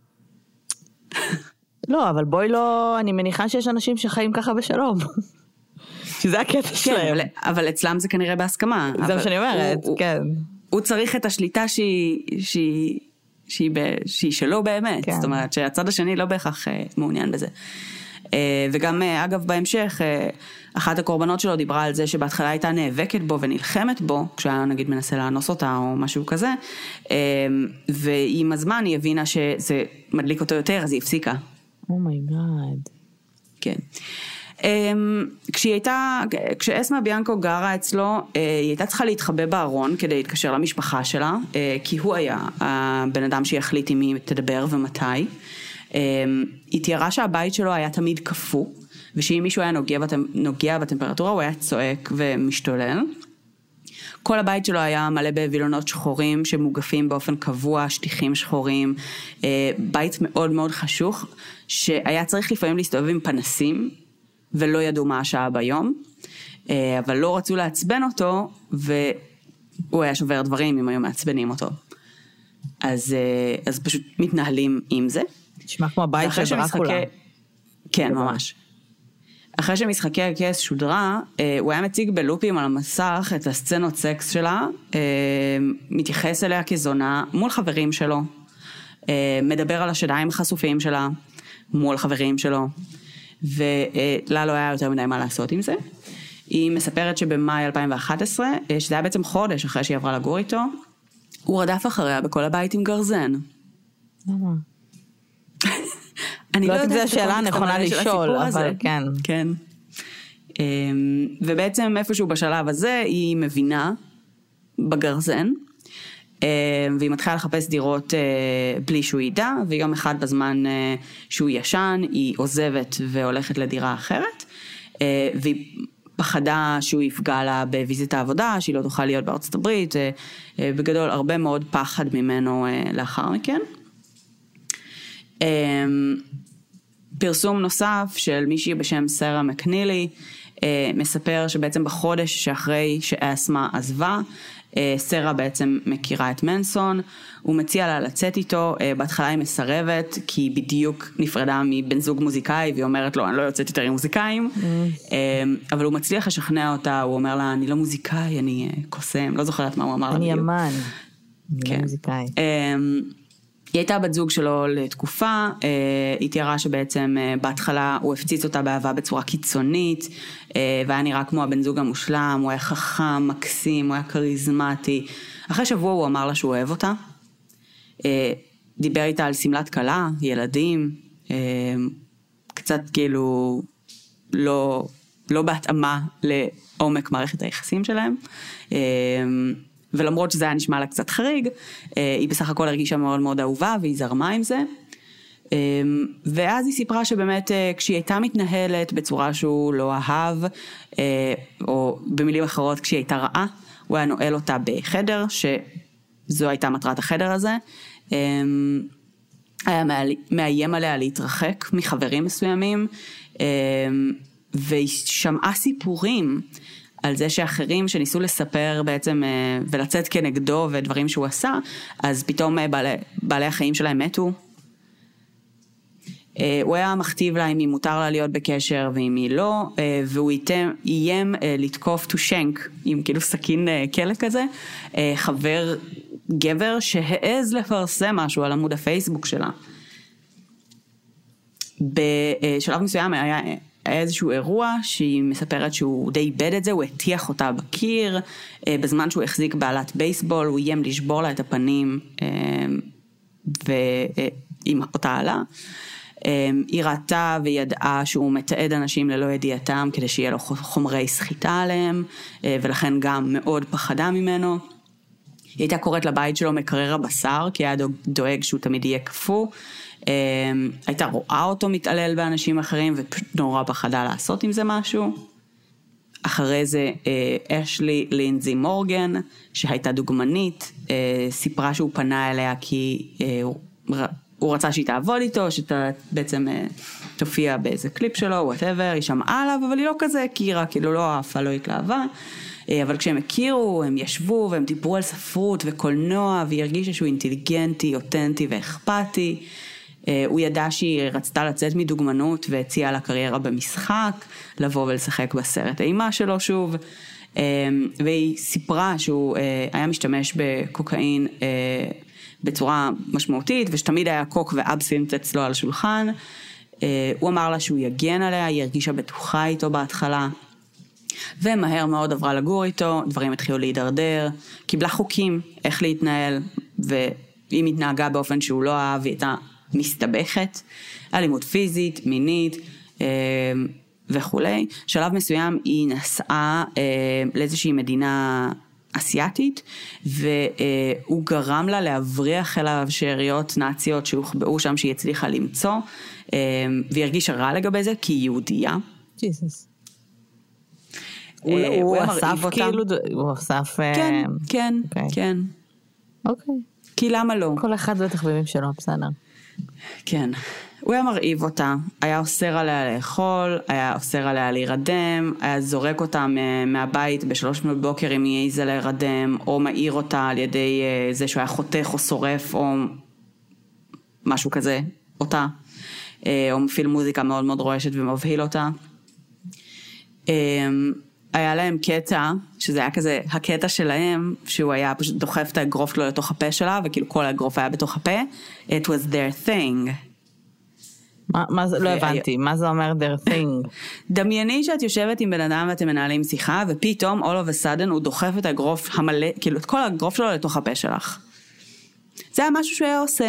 לא, אבל בואי לא, אני מניחה שיש אנשים שחיים ככה בשלום. שזה הקטע שלהם. אבל אצלם זה כנראה בהסכמה. זה מה שאני אומרת, כן. הוא צריך את השליטה שהיא, שהיא, שהיא, שהיא שלו באמת. כן. זאת אומרת שהצד השני לא בהכרח מעוניין בזה. וגם, אגב, בהמשך, אחת הקורבנות שלו דיברה על זה שבהתחלה הייתה נאבקת בו ונלחמת בו, כשהיה נגיד מנסה לאנוס אותה או משהו כזה, ועם הזמן היא הבינה שזה מדליק אותו יותר, אז היא הפסיקה. אומייגאד. כן. כשהיא הייתה, כשאסמה ביאנקו גרה אצלו, היא הייתה צריכה להתחבא בארון כדי להתקשר למשפחה שלה, כי הוא היה הבן אדם שיחליט עם מי תדבר ומתי. היא תיארה שהבית שלו היה תמיד קפוא, ושאם מישהו היה נוגע, נוגע בטמפרטורה, הוא היה צועק ומשתולל. כל הבית שלו היה מלא בווילונות שחורים שמוגפים באופן קבוע, שטיחים שחורים, בית מאוד מאוד חשוך, שהיה צריך לפעמים להסתובב עם פנסים, ולא ידעו מה השעה ביום, אבל לא רצו לעצבן אותו, והוא היה שובר דברים אם היו מעצבנים אותו. אז, אז פשוט מתנהלים עם זה. נשמע כמו הבית של דרקולה. כן, ממש. אחרי שמשחקי הכס שודרה, הוא היה מציג בלופים על המסך את הסצנות סקס שלה, מתייחס אליה כזונה מול חברים שלו, מדבר על השדיים החשופים שלה מול חברים שלו, ולה לא היה יותר מדי מה לעשות עם זה. היא מספרת שבמאי אלפיים ואחת עשרה, שזה היה בעצם חודש אחרי שהיא עברה לגור איתו, הוא רדף אחריה בכל הבית עם גרזן. למה? אני לא יודעת אם זו השאלה הנכונה לשאול, אבל כן. כן. ובעצם איפשהו בשלב הזה היא מבינה בגרזן, והיא מתחילה לחפש דירות בלי שהוא ידע, ויום אחד בזמן שהוא ישן, היא עוזבת והולכת לדירה אחרת, והיא פחדה שהוא יפגע לה בוויזית העבודה, שהיא לא תוכל להיות בארצות הברית, בגדול הרבה מאוד פחד ממנו לאחר מכן. פרסום נוסף של מישהי בשם סרה מקנילי, מספר שבעצם בחודש שאחרי שאסמה עזבה, סרה בעצם מכירה את מנסון, הוא מציע לה לצאת איתו, בהתחלה היא מסרבת, כי היא בדיוק נפרדה מבן זוג מוזיקאי, והיא אומרת לו, אני לא יוצאת יותר עם מוזיקאים, אבל הוא מצליח לשכנע אותה, הוא אומר לה, אני לא מוזיקאי, אני קוסם, לא זוכרת מה הוא אמר לה. אני אמן, אני לא מוזיקאי. היא הייתה בת זוג שלו לתקופה, היא תיארה שבעצם בהתחלה הוא הפציץ אותה באהבה בצורה קיצונית, והיה נראה כמו הבן זוג המושלם, הוא היה חכם, מקסים, הוא היה קריזמטי. אחרי שבוע הוא אמר לה שהוא אוהב אותה, דיבר איתה על סמלת קלה, ילדים, קצת כאילו לא, לא בהתאמה לעומק מערכת היחסים שלהם, ולמרות שזה היה נשמע לה קצת חריג, היא בסך הכל הרגישה מאוד מאוד אהובה, והיא זרמה עם זה. ואז היא סיפרה שבאמת כשהיא הייתה מתנהלת בצורה שהוא לא אהב, או במילים אחרות כשהיא הייתה רעה, הוא היה נועל אותה בחדר, שזו הייתה מטרת החדר הזה. היה מאיים עליה להתרחק מחברים מסוימים, והיא שמעה סיפורים, על זה שאחרים שניסו לספר בעצם ולצאת כנגדו ודברים שהוא עשה, אז פתאום בעלי, בעלי החיים שלהם מתו. הוא היה מכתיב לה אם היא מותר לה להיות בקשר ואם היא לא, והוא איים לתקוף טושנק עם כאילו סכין כלא כזה, חבר גבר שהעז לפרסם משהו על עמוד הפייסבוק שלה. בשלב מסוים היה... היה איזשהו אירוע שהיא מספרת שהוא די איבד את זה, הוא הטיח אותה בקיר, בזמן שהוא החזיק בעלת בייסבול, הוא איים לשבור לה את הפנים, ועם אותה עלה. היא ראתה וידעה שהוא מתעד אנשים ללא ידיעתם, כדי שיהיה לו חומרי סחיטה עליהם, ולכן גם מאוד פחדה ממנו. היא הייתה קוראת לבית שלו מקרר הבשר, כי היה דואג שהוא תמיד יהיה קפוא, הייתה רואה אותו מתעלל באנשים אחרים, ופשוט נורא פחדה לעשות עם זה משהו. אחרי זה אשלי לינזי מורגן, שהייתה דוגמנית, סיפרה שהוא פנה אליה כי הוא רצה שהיא תעבוד איתו, שבעצם תופיע באיזה קליפ שלו, whatever, היא שמעה עליו, אבל היא לא כזה הכירה, כאילו לא אהפה, לא התלהבה. אבל כשהם הכירו, הם ישבו והם דיברו על ספרות וקולנוע, והיא הרגישה שהוא אינטליגנטי, אותנטי ואכפתי. הוא ידע שהיא רצתה לצאת מדוגמנות והציעה לה קריירה במשחק, לבוא ולשחק בסרט האימה שלו שוב, והיא סיפרה שהוא היה משתמש בקוקאין בצורה משמעותית, ושתמיד היה קוק ואבסינט אצלו על השולחן, הוא אמר לה שהוא יגן עליה, היא הרגישה בטוחה איתו בהתחלה, ומהר מאוד עברה לגור איתו, דברים התחילו להידרדר, קיבלה חוקים איך להתנהל, והיא מתנהגה באופן שהוא לא אהב, היא הייתה מסתבכת, אלימות פיזית, מינית, וכולי. שלב מסוים היא נסעה לאיזושהי מדינה אסיאתית, והוא גרם לה להבריח אליו שאריות נאציות שהוחבאו שם שהיא הצליחה למצוא, והיא הרגישה רע לגבי זה כי היא יהודייה. ג'יסוס. הוא אסף כאילו, הוא אסף... כן, כן, כן. אוקיי. כי למה לא? כל אחד בתחביבים שלו, בסדר. כן. הוא היה מרעיב אותה, היה אוסר עליה לאכול, היה אוסר עליה להירדם, היה זורק אותה מהבית בשלוש בבוקר אם היא העיזה להירדם, או מעיר אותה על ידי זה שהוא היה חותך או שורף, או משהו כזה, אותה. או מפעיל מוזיקה מאוד מאוד רועשת ומבהיל אותה. היה להם קטע, שזה היה כזה הקטע שלהם, שהוא היה פשוט דוחף את האגרוף שלו לתוך הפה שלה, וכאילו כל האגרוף היה בתוך הפה. It was their thing. מה, מה זה, לא הבנתי, מה זה אומר their thing? דמייני שאת יושבת עם בן אדם ואתם מנהלים שיחה, ופתאום all of a sudden הוא דוחף את האגרוף המלא, כאילו את כל האגרוף שלו לתוך הפה שלך. זה היה משהו שהוא היה עושה.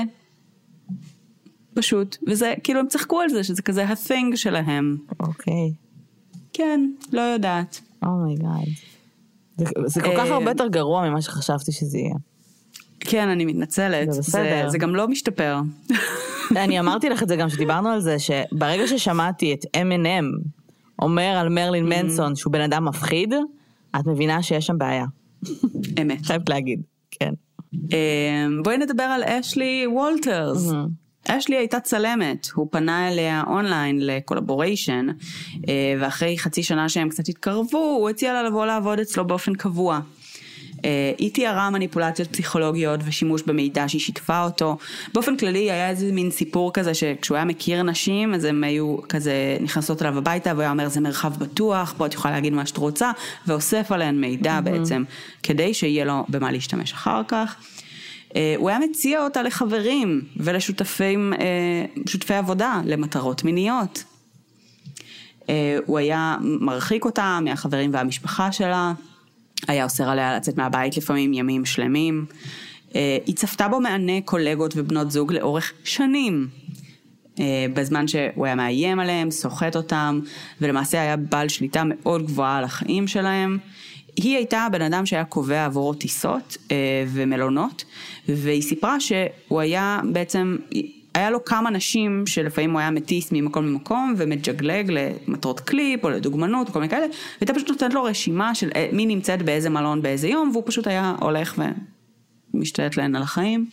פשוט. וזה, כאילו הם צחקו על זה, שזה כזה ה-thing שלהם. אוקיי. כן, לא יודעת. אומייגאד. זה, זה כל כך הרבה יותר גרוע ממה שחשבתי שזה יהיה. כן, אני מתנצלת. זה בסדר. זה, זה גם לא משתפר. אני אמרתי לך את זה גם שדיברנו על זה, שברגע ששמעתי את אם אנד אם אומר על מרלין מנסון שהוא בן אדם מפחיד, את מבינה שיש שם בעיה. אמת. חייבת להגיד, כן. בואי נדבר על אשלי וולטרס. אשלי הייתה צלמת, הוא פנה אליה אונליין לקולבוריישן, ואחרי חצי שנה שהם קצת התקרבו, הוא הציע לה לבוא לעבוד אצלו באופן קבוע. היא תיארה מניפולציות פסיכולוגיות ושימוש במידע שהיא שיתפה אותו. באופן כללי היה איזה מין סיפור כזה שכשהוא היה מכיר נשים, אז הם היו כזה נכנסות אליו הביתה, והוא היה אומר זה מרחב בטוח, פה את יכולה להגיד מה שאת רוצה, ואוסף עליהן מידע בעצם, כדי שיהיה לו במה להשתמש אחר כך. הוא היה מציע אותה לחברים ולשותפים, שותפי עבודה, למטרות מיניות. הוא היה מרחיק אותה מהחברים והמשפחה שלה, היה אוסר עליה לצאת מהבית לפעמים ימים שלמים. היא צפתה בו מענה קולגות ובנות זוג לאורך שנים, בזמן שהוא היה מאיים עליהם, סוחט אותם, ולמעשה היה בעל שליטה מאוד גבוהה על החיים שלהם. היא הייתה בן אדם שהיה קובע עבורו טיסות ומלונות, והיא סיפרה שהוא היה בעצם, היה לו כמה נשים שלפעמים הוא היה מטיס ממקום למקום ומתג'גלג למטרות קליפ או לדוגמנות או כל מיני כאלה, והייתה פשוט נותנת לו רשימה של מי נמצאת באיזה מלון באיזה יום, והוא פשוט היה הולך ומשתלט להן על החיים.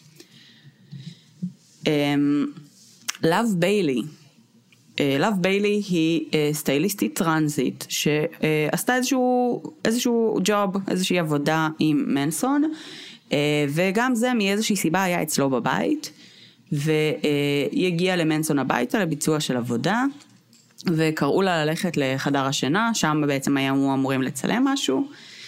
לב ביילי, לב ביילי היא סטייליסטית טרנזית שעשתה איזשהו, איזשהו ג'וב, איזושהי עבודה עם מנסון, וגם זה מאיזושהי סיבה היה אצלו בבית, והיא הגיעה למנסון הביתה לביצוע של עבודה, וקראו לה ללכת לחדר השינה, שם בעצם היו אמורים לצלם משהו.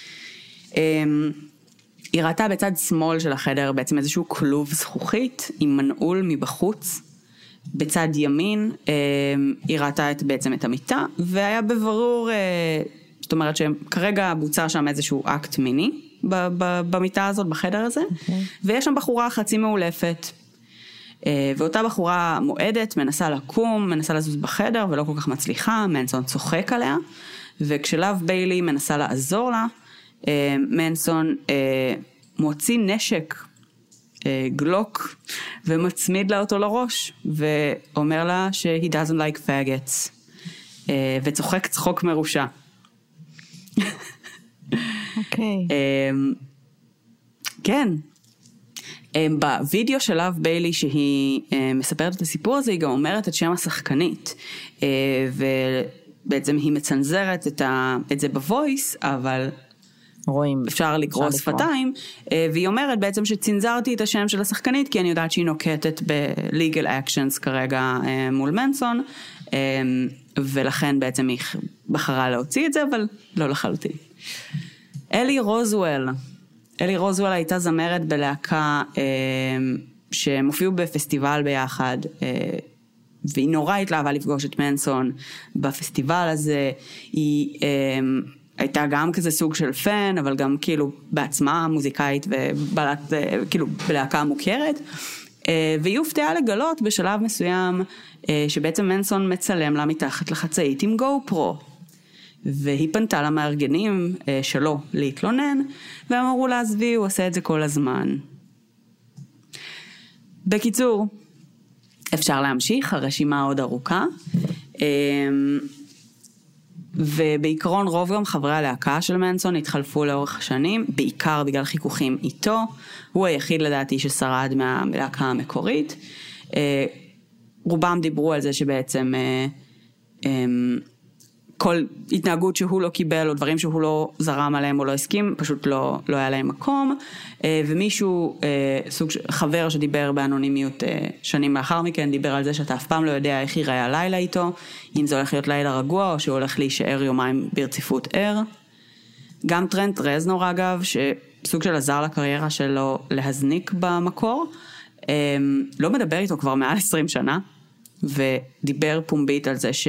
היא ראתה בצד שמאל של החדר בעצם איזשהו כלוב זכוכית עם מנעול מבחוץ, בצד ימין היא ראתה את, בעצם את המיטה, והיה בברור, זאת אומרת שכרגע בוצע שם איזשהו אקט מיני במיטה הזאת, בחדר הזה, okay. ויש שם בחורה חצי מאולפת, ואותה בחורה מועדת, מנסה לקום, מנסה לזוז בחדר, ולא כל כך מצליחה, מנסון צוחק עליה, וכשלב ביילי מנסה לעזור לה, מנסון מוציא נשק, גלוק, ומצמיד לה אותו לראש, ואומר לה ש- he doesn't like faggots, וצוחק צחוק מרושע. אוקיי. כן. בווידאו של לב ביילי שהיא מספרת את הסיפור הזה, היא גם אומרת את שם השחקנית, ובעצם היא מצנזרת את, ה, את זה בוויס, אבל רואים, אפשר לקרוא שפתיים, והיא אומרת בעצם שצנזרתי את השם של השחקנית, כי אני יודעת שהיא נוקטת ב-legal actions כרגע מול מנסון, ולכן בעצם היא בחרה להוציא את זה, אבל לא לחלוטין. אלי רוזוול, אלי רוזוול הייתה זמרת בלהקה שמופיעו בפסטיבל ביחד, והיא נורא התלהבה לפגוש את מנסון בפסטיבל הזה, היא הייתה גם כזה סוג של פן, אבל גם כאילו בעצמה מוזיקאית ובלט, כאילו בלהקה מוכרת, והיא הופתעה לגלות בשלב מסוים, שבעצם מנסון מצלם לה מתחת לחצאית עם גו פרו, והיא פנתה למארגנים שלו להתלונן, והם אמרו לה, עזבי, הוא עושה את זה כל הזמן. בקיצור, אפשר להמשיך, הרשימה עוד ארוכה, ובעיקרון רוב גם חברי הלהקה של מנסון התחלפו לאורך השנים, בעיקר בגלל חיכוכים איתו, הוא היחיד לדעתי ששרד מהלהקה המקורית, רובם דיברו על זה שבעצם כל התנהגות שהוא לא קיבל, או דברים שהוא לא זרם עליהם או לא הסכים, פשוט לא, לא היה להם מקום, ומישהו, סוג חבר שדיבר באנונימיות שנים לאחר מכן, דיבר על זה שאתה אף פעם לא יודע איך ייראה הלילה איתו, אם זה הולך להיות לילה רגוע, או שהוא הולך להישאר יומיים ברציפות ער. גם טרנט רזנור אגב, שסוג של עזר לקריירה שלו להזניק במקור, לא מדבר איתו כבר מעל עשרים שנה, ודיבר פומבית על זה ש...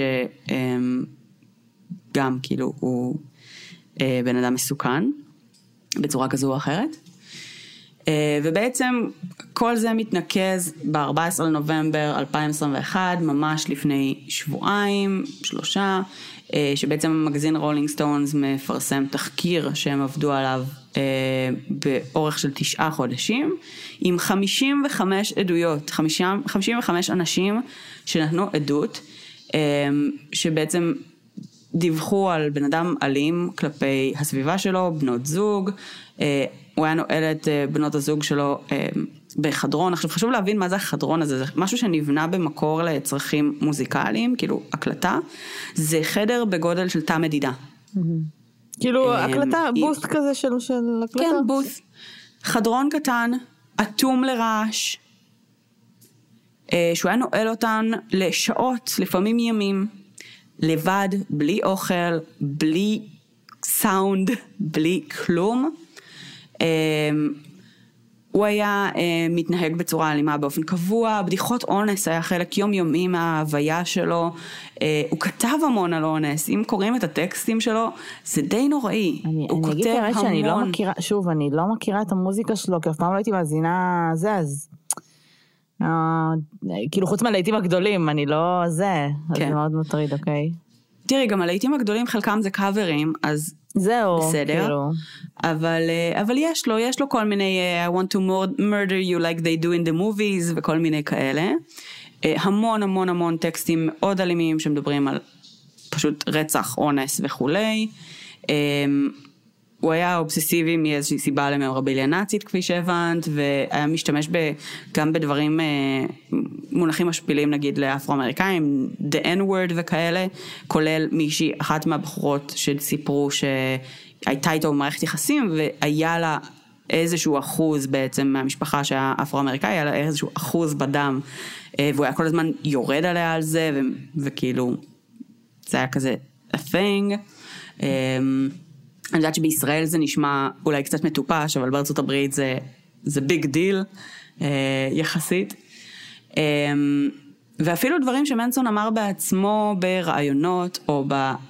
גם כאילו הוא אה, בן אדם מסוכן, בצורה כזו או אחרת. אה, ובעצם כל זה מתנקז ב-ארבעה עשר לנובמבר אלפיים עשרים ואחת, ממש לפני שבועיים, שלושה, אה, שבעצם המגזין רולינג סטונס מפרסם תחקיר שהם עבדו עליו אה, באורך של תשעה חודשים, עם חמישים וחמש עדויות, חמישים וחמש אנשים שנתנו עדות, אה, שבעצם... דיווחו על בן אדם אלים כלפי הסביבה שלו, בנות זוג, אה, הוא היה נועל את אה, בנות הזוג שלו אה, בחדרון. עכשיו חשוב להבין מה זה החדרון הזה, זה משהו שנבנה במקור לצרכים מוזיקליים, כאילו הקלטה, זה חדר בגודל של תא מדידה. כאילו הקלטה, בוסט כזה של הקלטה? כן, בוסט. חדרון קטן, אטום לרעש, אה, שהוא היה נועל אותן לשעות, לפעמים ימים, לבד, בלי אוכל, בלי סאונד, בלי כלום. הוא היה מתנהג בצורה אלימה באופן קבוע, בדיחות אונס היה חלק יומיומי מההוויה שלו, הוא כתב המון על אונס, אם קוראים את הטקסטים שלו, זה די נוראי. אני, הוא אני כותב אגיד המון. שאני לא מכירה, שוב, אני לא מכירה את המוזיקה שלו, כי אף פעם לא הייתי מאזינה זה, אז... כאילו חוץ מהלהיטים הגדולים, אני לא זה, אז זה מאוד מטריד, אוקיי? תראי, גם הלהיטים הגדולים חלקם זה קאברים, אז זהו, בסדר, כאילו. אבל, אבל יש לו, יש לו כל מיני I want to murder you like they do in the movies וכל מיני כאלה, המון המון המון טקסטים מאוד אלימים שמדברים על פשוט רצח, אונס וכולי, הוא היה אובססיבי מאיזושהי סיבה לממרביליה נאצית, כפי שהבנת, והיה משתמש גם בדברים מונחים משפילים, נגיד לאפרו-אמריקאים, the N-word וכאלה, כולל מישהי, אחת מהבחורות שסיפרו שהייתה איתו במערכת יחסים, והיה לה איזשהו אחוז בעצם מהמשפחה שהיה אפרו-אמריקאי, היה לה איזשהו אחוז בדם, והוא היה כל הזמן יורד עליה על זה, וכאילו, זה היה כזה a thing. אני יודעת שבישראל זה נשמע אולי קצת מטופש, אבל בארצות הברית זה, זה ביג דיל, אה, יחסית. אה, ואפילו דברים שמנסון אמר בעצמו ברעיונות, או ב, אה,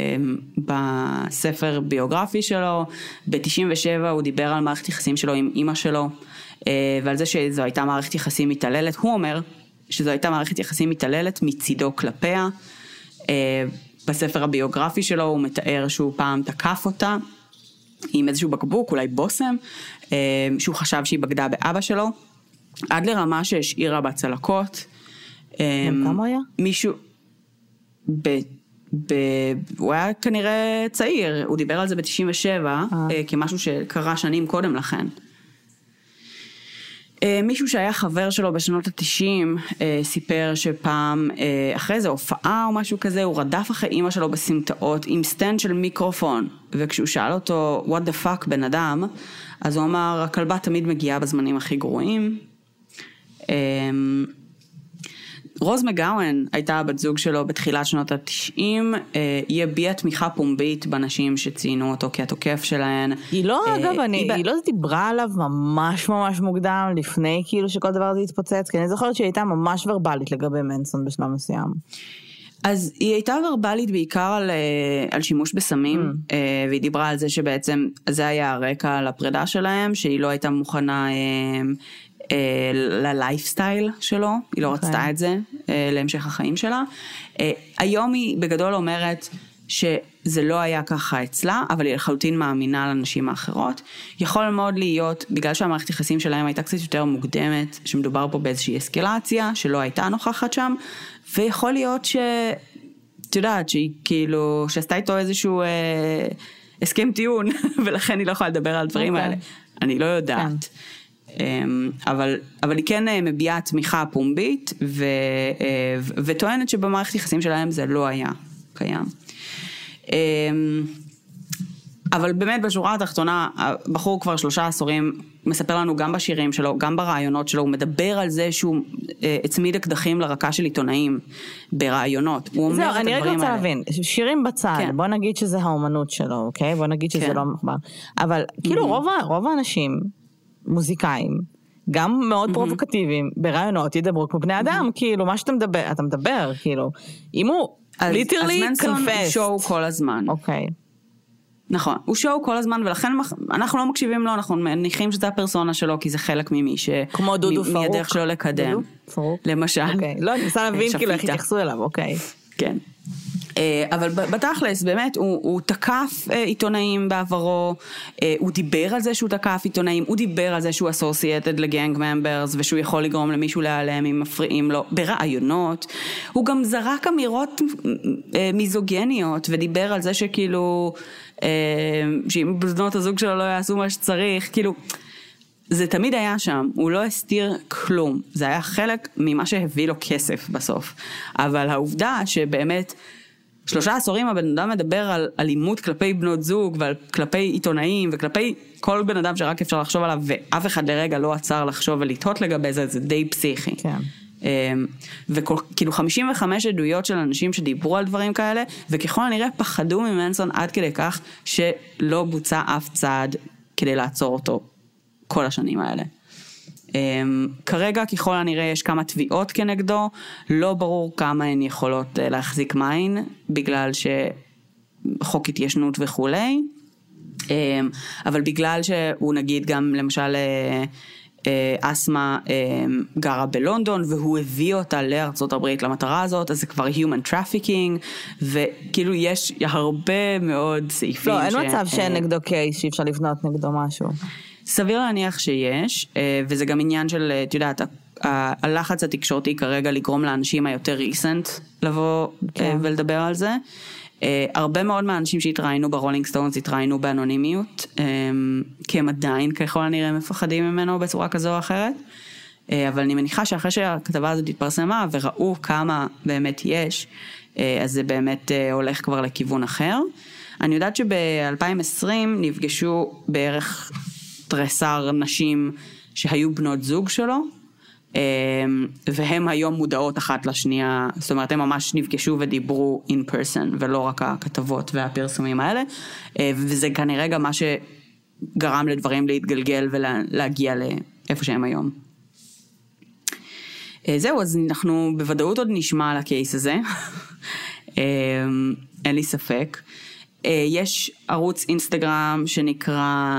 בספר ביוגרפי שלו, ב-תשעים ושבע הוא דיבר על מערכת יחסים שלו עם אמא שלו, אה, ועל זה שזו הייתה מערכת יחסים מתעללת. הוא אומר שזו הייתה מערכת יחסים מתעללת מצידו כלפיה, אה, בספר הביוגרפי שלו הוא מתאר שהוא פעם תקף אותה עם איזשהו בקבוק, אולי בוסם, שהוא חשב שהיא בגדה באבא שלו, עד לרמה שהשאירה בצלקות. כמה הוא היה? מישהו, ב, ב, הוא היה כנראה צעיר, הוא דיבר על זה ב-תשעים ושבע, כמשהו שקרה שנים קודם לכן. מישהו שהיה חבר שלו בשנות ה-תשעים סיפר שפעם אחרי זה הופעה או משהו כזה, הוא רדף אחרי אמא שלו בסמטאות עם סטנד של מיקרופון, וכשהוא שאל אותו what the fuck בן אדם, אז הוא אמר הכלבה תמיד מגיעה בזמנים הכי גרועים. רוז מגאוון הייתה בת זוג שלו בתחילת שנות ה-תשעים, היא הביעה תמיכה פומבית בנשים שציינו אותו כתוקף שלהן. היא לא, אגב, היא לא דיברה עליו ממש ממש מוקדם, לפני כאילו שכל דבר הזה התפוצץ, כי אני זוכרת שהיא הייתה ממש ורבלית לגבי מנסון בשלב מסוים. אז היא הייתה ורבלית בעיקר על, על שימוש בסמים, mm. והיא דיברה על זה שבעצם זה היה הרקע לפרידה שלהם, שהיא לא הייתה מוכנה ללייפסטייל שלו, היא לא okay. רצתה את זה להמשך החיים שלה. היום היא בגדול אומרת שזה לא היה ככה אצלה, אבל היא לחלוטין מאמינה לנשים האחרות. יכול מאוד להיות, בגלל שהמערכת יחסים שלהם הייתה קצת יותר מוקדמת, שמדובר פה באיזושהי אסקלציה, שלא הייתה נוכחת שם, ויכול להיות ש... את יודעת, שהיא כאילו, שעשתה איתו איזשהו אה, הסכם טיעון, ולכן היא לא יכולה לדבר על דברים okay. האלה. אני לא יודעת. כן. אבל, אבל היא כן מביעה תמיכה פומבית, ו, וטוענת שבמערכת יחסים שלהם זה לא היה קיים. אבל באמת בשורה התחתונה, הבחור כבר שלושה עשורים מספר לנו גם בשירים שלו, גם ברעיונות שלו, הוא מדבר על זה שהוא הצמיד אקדחים לרקה של עיתונאים ברעיונות. זהו, אני רגע רוצה להבין, שירים בצד, כן. בוא נגיד שזה האומנות שלו, אוקיי? בוא נגיד שזה כן. לא מחבר. אבל כאילו רוב, רוב האנשים, מוזיקאים, גם מאוד פרובוקטיביים, ברעיונות ידברו כמו בני אדם, כאילו מה שאתה מדבר, אתה מדבר, כאילו, אם הוא ליטרלי קונפס. אז מנסון הוא שואו כל הזמן. אוקיי. נכון, הוא שואו כל הזמן, ולכן אנחנו לא מקשיבים לו, אנחנו מניחים שזה הפרסונה שלו, כי זה חלק ממי ש... כמו דודו פרוק. מהדרך שלו לקדם. דודו פרוק. למשל. אוקיי, לא, אני מנסה להבין כאילו איך התייחסו אליו, אוקיי. כן. אבל בתכלס, באמת, הוא, הוא תקף עיתונאים בעברו, הוא דיבר על זה שהוא תקף עיתונאים, הוא דיבר על זה שהוא associated לגנג ממברס, ושהוא יכול לגרום למישהו להיעלם אם מפריעים לו, ברעיונות. הוא גם זרק אמירות מיזוגניות, ודיבר על זה שכאילו, שאם בזנות הזוג שלו לא יעשו מה שצריך, כאילו, זה תמיד היה שם, הוא לא הסתיר כלום, זה היה חלק ממה שהביא לו כסף בסוף, אבל העובדה שבאמת, שלושה עשורים הבן אדם מדבר על אלימות כלפי בנות זוג, וכלפי עיתונאים, וכלפי כל בן אדם שרק אפשר לחשוב עליו, ואף אחד לרגע לא עצר לחשוב ולתהות לגבי זה, זה די פסיכי. כן. וכאילו חמישים וחמש עדויות של אנשים שדיברו על דברים כאלה, וככל הנראה פחדו ממנסון עד כדי כך, שלא בוצע אף צעד כדי לעצור אותו כל השנים האלה. כרגע ככל הנראה יש כמה תביעות כנגדו, לא ברור כמה הן יכולות להחזיק מים, בגלל שחוק התיישנות וכולי, אבל בגלל שהוא נגיד גם למשל אסמה גרה בלונדון, והוא הביא אותה לארצות הברית למטרה הזאת, אז זה כבר human trafficking, וכאילו יש הרבה מאוד סעיפים. לא, אין מצב שאין נגדו קייס, שאי אפשר לבנות נגדו משהו. סביר להניח שיש, וזה גם עניין של, את יודעת, הלחץ התקשורתי כרגע לגרום לאנשים היותר ריסנט לבוא כן. ולדבר על זה. הרבה מאוד מהאנשים שהתראינו ברולינג סטונס התראינו באנונימיות, כי הם עדיין ככל הנראה מפחדים ממנו בצורה כזו או אחרת, אבל אני מניחה שאחרי שהכתבה הזאת התפרסמה וראו כמה באמת יש, אז זה באמת הולך כבר לכיוון אחר. אני יודעת שב-אלפיים ועשרים נפגשו בערך תרסר נשים שהיו בנות זוג שלו, והם היום מודעות אחת לשנייה, זאת אומרת הם ממש נפגשו ודיברו in person, ולא רק הכתבות והפרסומים האלה, וזה כנראה גם מה שגרם לדברים להתגלגל ולהגיע לאיפה שהם היום. זהו, אז אנחנו בוודאות עוד נשמע על הקייס הזה, אין לי ספק. יש ערוץ אינסטגרם שנקרא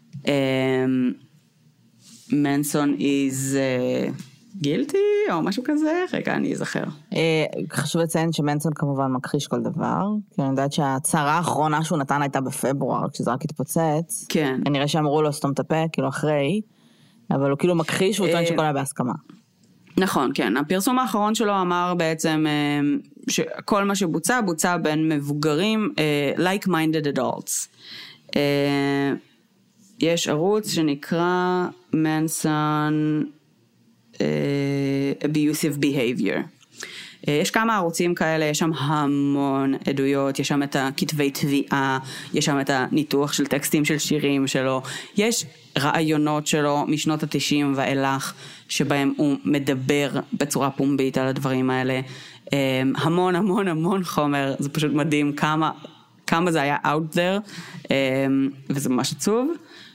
מנסון is guilty או משהו כזה, רגע אני אזכר. חשוב לציין שמנסון כמובן מכחיש כל דבר, כי אני יודעת שהצהרה האחרונה שהוא נתן הייתה בפברואר, כשזה רק התפוצץ. כן. כנראה שאמרו לו סתום את הפה, כאילו אחרי, אבל הוא כאילו מכחיש והוא טוען שכל היה בהסכמה. נכון, כן. הפרסום האחרון שלו אמר בעצם שכל מה שבוצע, בוצע בין מבוגרים, like-minded adults. יש ערוץ שנקרא Manson uh, Abusive Behavior. Uh, יש כמה ערוצים כאלה, יש שם המון עדויות, יש שם את הכתבי תביעה, יש שם את הניתוח של טקסטים של שירים שלו, יש רעיונות שלו משנות התשעים ואילך, שבהם הוא מדבר בצורה פומבית על הדברים האלה, המון המון המון חומר, זה פשוט מדהים כמה, כמה זה היה out there, וזה ממש עצוב,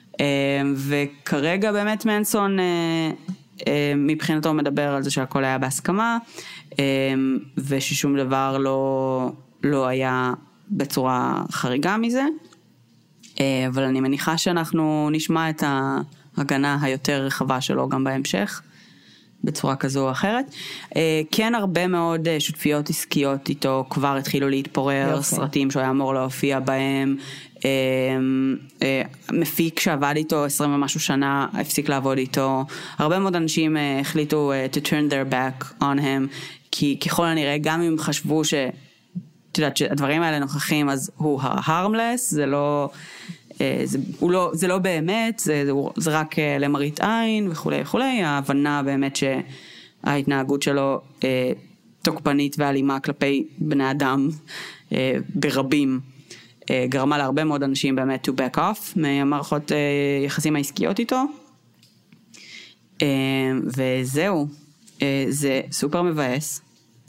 וכרגע באמת מנסון מבחינתו מדבר על זה שהכל היה בהסכמה, וששום דבר לא, לא היה בצורה חריגה מזה, אבל אני מניחה שאנחנו נשמע את ההגנה היותר רחבה שלו גם בהמשך, בצורה כזו או אחרת. כן, הרבה מאוד שותפיות עסקיות איתו כבר התחילו להתפורר, יופי. סרטים שהוא היה אמור להופיע בהם, מפיק שעבד איתו עשרים ומשהו שנה, הפסיק לעבוד איתו, הרבה מאוד אנשים החליטו to turn their back on him, כי ככל הנראה גם אם חשבו ש, את יודעת, שהדברים האלה נוכחים, אז הוא harmless, זה לא, זה, הוא לא, זה לא באמת, זה, זה, זה רק למראית עין וכו' וכו', ההבנה באמת שההתנהגות שלו תוקפנית ואלימה כלפי בני אדם ברבים, גרמה להרבה מאוד אנשים באמת to back off מהמערכות יחסים העסקיות איתו, וזהו, זה סופר מבאס.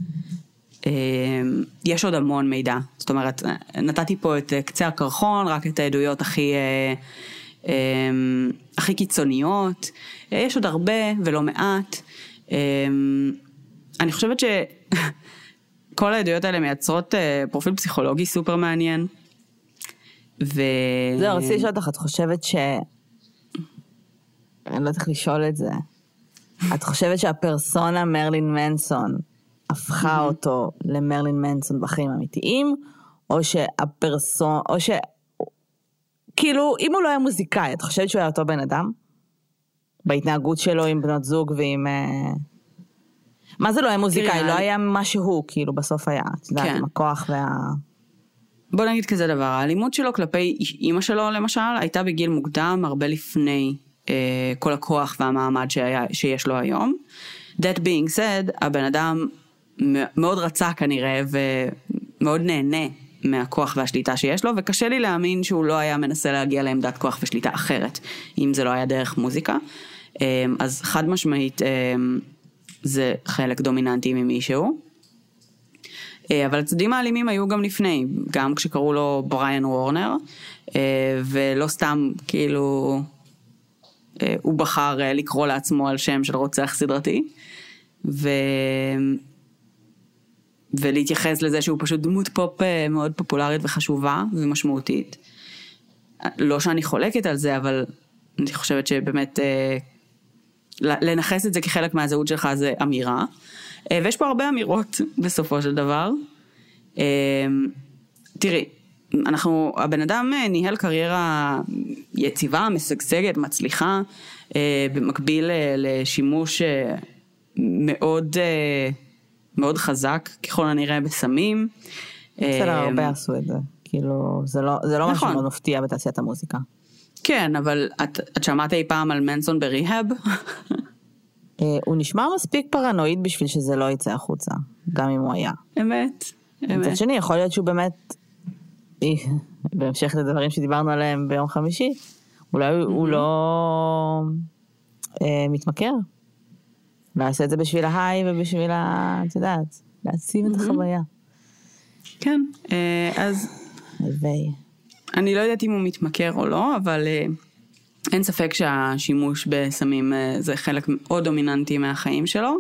יש עוד המון מידע, זאת אומרת, נתתי פה את קצה הקרחון, רק את העדויות הכי, הכי קיצוניות, יש עוד הרבה ולא מעט. אני חושבת שכל העדויות האלה מייצרות פרופיל פסיכולוגי סופר מעניין, ו... זהו, רציתי לשאול אותך, את חושבת ש... אני לא צריך לשאול את זה. את חושבת שהפרסונה מרלין מנסון הפכה אותו למרלין מנסון בחיים אמיתיים, או שהפרסונה, או ש... כאילו, אם הוא לא היה מוזיקאי, את חושבת שהוא היה אותו בן אדם? בהתנהגות שלו עם בנות זוג ועם... מה זה לא היה מוזיקאי? לא היה משהו, כאילו, בסוף היה, את יודעת, עם הכוח וה... בוא נגיד כזה דבר, האלימות שלו כלפי אמא שלו למשל, הייתה בגיל מוקדם הרבה לפני אה, כל הכוח והמעמד שהיה, שיש לו היום. That being said, הבן אדם מאוד רצה כנראה ומאוד נהנה מהכוח והשליטה שיש לו, וקשה לי להאמין שהוא לא היה מנסה להגיע לעמדת כוח ושליטה אחרת, אם זה לא היה דרך מוזיקה. אה, אז חד משמעית אה, זה חלק דומיננטי ממישהו. אבל הצדדים האלימים היו גם לפני, גם כשקראו לו בריאן וורנר, ולא סתם כאילו הוא בחר לקרוא לעצמו על שם של רוצח סדרתי, ו... ולהתייחס לזה שהוא פשוט דמות פופ מאוד פופולרית וחשובה ומשמעותית. לא שאני חולקת על זה, אבל אני חושבת שבאמת לנחס את זה כחלק מהזהות שלך זה אמירה, ויש פה הרבה אמירות בסופו של דבר. תראי, אנחנו, הבן אדם ניהל קריירה יציבה, משגשגת, מצליחה, במקביל לשימוש מאוד, מאוד חזק, ככל הנראה בסמים. בסדר, הרבה עשו את זה. כאילו, זה לא, זה לא משהו מאוד מפתיע בתעשיית המוזיקה. כן, אבל את, את שמעת אי פעם על מנסון בריהאב? הוא נשמע מספיק פרנואיד בשביל שזה לא יצא החוצה, גם אם הוא היה. אמת, אמת. מצד שני, יכול להיות שהוא באמת, בהמשך לדברים שדיברנו עליהם ביום חמישי, אולי הוא לא מתמכר. לעשות את זה בשביל ההיי ובשביל, את יודעת, להציב את החוויה. כן, אז אני לא יודעת אם הוא מתמכר או לא, אבל אין ספק שהשימוש בסמים זה חלק מאוד דומיננטי מהחיים שלו,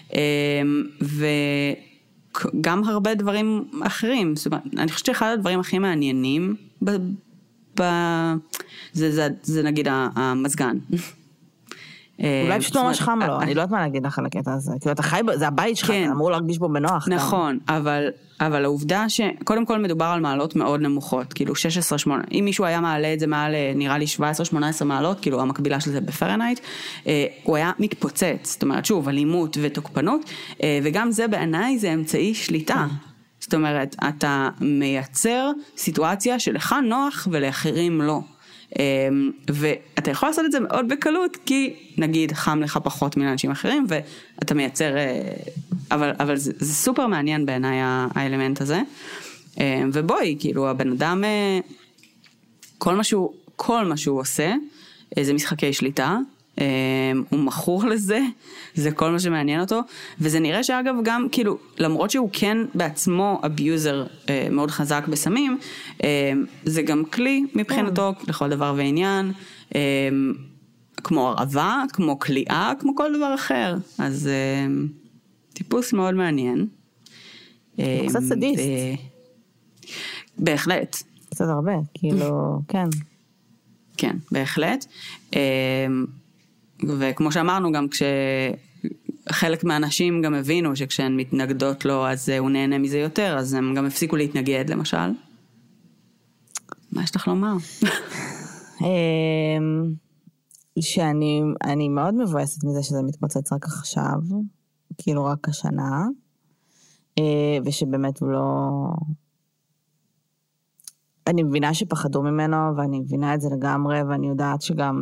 וגם הרבה דברים אחרים. זאת אומרת, אני חושבת שאחד הדברים הכי מעניינים ב... ב... זה, זה, זה נגיד המזגן. אולי פשוט ממש חם לו, אני לא יודעת מה להגיד לך על הקטע הזה, כאילו אתה חי, זה הבית שלך, אתה אמור להרגיש בו בנוח. נכון, אבל, אבל העובדה שקודם כל מדובר על מעלות מאוד נמוכות, כאילו שש עשרה שמונה עשרה, אם מישהו היה מעלה את זה מעל, נראה לי שבע עשרה שמונה עשרה מעלות, כאילו המקבילה של זה בפרנייט, הוא היה מתפוצץ, זאת אומרת שוב, אלימות ותוקפנות, וגם זה בעיניי זה אמצעי שליטה. זאת אומרת, אתה מייצר סיטואציה שלך נוח ולאחרים לא. ואתה יכול לעשות את זה מאוד בקלות, כי נגיד חם לך פחות מאנשים אחרים, ואתה מייצר, אבל, אבל זה, זה סופר מעניין בעיניי האלמנט הזה, ובואי, כאילו הבן אדם, כל מה שהוא, כל מה שהוא עושה, זה משחקי שליטה, הוא מכור לזה, זה כל מה שמעניין אותו, וזה נראה שאגב גם, כאילו, למרות שהוא כן בעצמו אביוזר מאוד חזק בסמים, זה גם כלי מבחינתו לכל דבר ועניין, כמו הרעבה, כמו כליאה, כמו כל דבר אחר, אז טיפוס מאוד מעניין. קצת סדיסט. בהחלט. קצת הרבה, כאילו, כן. כן, בהחלט. וכמו שאמרנו, גם כשחלק מהאנשים גם הבינו שכשהן מתנגדות לו, אז הוא נהנה מזה יותר, אז הם גם הפסיקו להתנגד, למשל. מה יש לך לומר? שאני אני מאוד מבואסת מזה שזה מתפוצץ רק עכשיו, כאילו רק השנה, ושבאמת הוא לא... אני מבינה שפחדו ממנו, ואני מבינה את זה לגמרי, ואני יודעת שגם,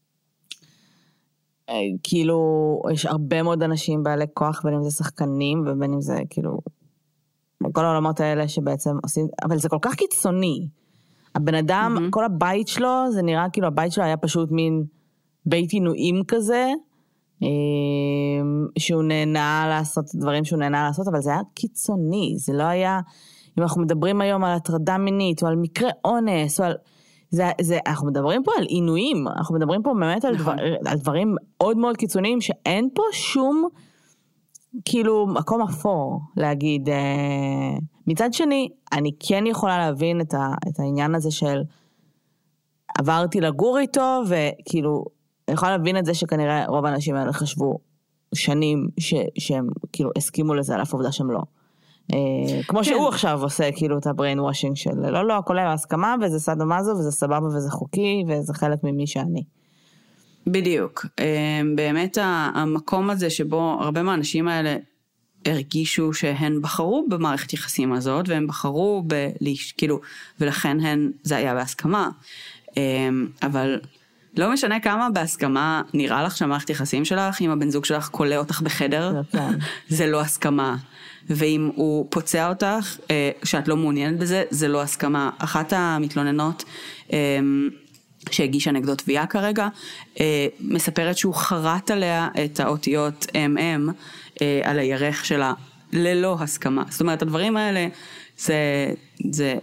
כאילו, יש הרבה מאוד אנשים בעלי כוח, בין אם זה שחקנים, ובין אם זה, כאילו, כל העולמות האלה שבעצם עושים, אבל זה כל כך קיצוני. הבן אדם, mm-hmm. כל הבית שלו, זה נראה כאילו הבית שלו היה פשוט מין בית עינויים כזה, שהוא נהנה לעשות דברים שהוא נהנה לעשות, אבל זה היה קיצוני, זה לא היה... אם אנחנו מדברים היום על הטרדה מינית, או על מקרה אונס, או על... זה, זה, אנחנו מדברים פה על עינויים, אנחנו מדברים פה באמת על, דבר, על דברים מאוד מאוד קיצוניים, שאין פה שום, כאילו, מקום אפור, להגיד. מצד שני, אני כן יכולה להבין את, ה, את העניין הזה של, עברתי לגור איתו, וכאילו, אני יכולה להבין את זה שכנראה רוב האנשים האלה חשבו שנים, ש, שהם כאילו הסכימו לזה על אף עובדה שהם לא. כמו שהוא עכשיו עושה כאילו את הבריין וושינג של לא לא הכל היה הסכמה וזה סאדו-מאזו וזה סבבה וזה חוקי וזה חלק ממי שאני. בדיוק, באמת המקום הזה שבו הרבה מהאנשים האלה הרגישו שהן בחרו במערכת יחסים הזאת והם בחרו כאילו ולכן הן זה היה בהסכמה, אבל לא משנה כמה בהסכמה נראה לך שהמערכת יחסים שלך אם הבן זוג שלך קולה אותך בחדר זה לא הסכמה. ואם הוא פוצע אותך, שאת לא מעוניינת בזה, זה לא הסכמה. אחת המתלוננות שהגישה נגדו תביעה כרגע, מספרת שהוא חרט עליה את האותיות אם אם על הירך שלה, ללא הסכמה. זאת אומרת, הדברים האלה, זה, זה,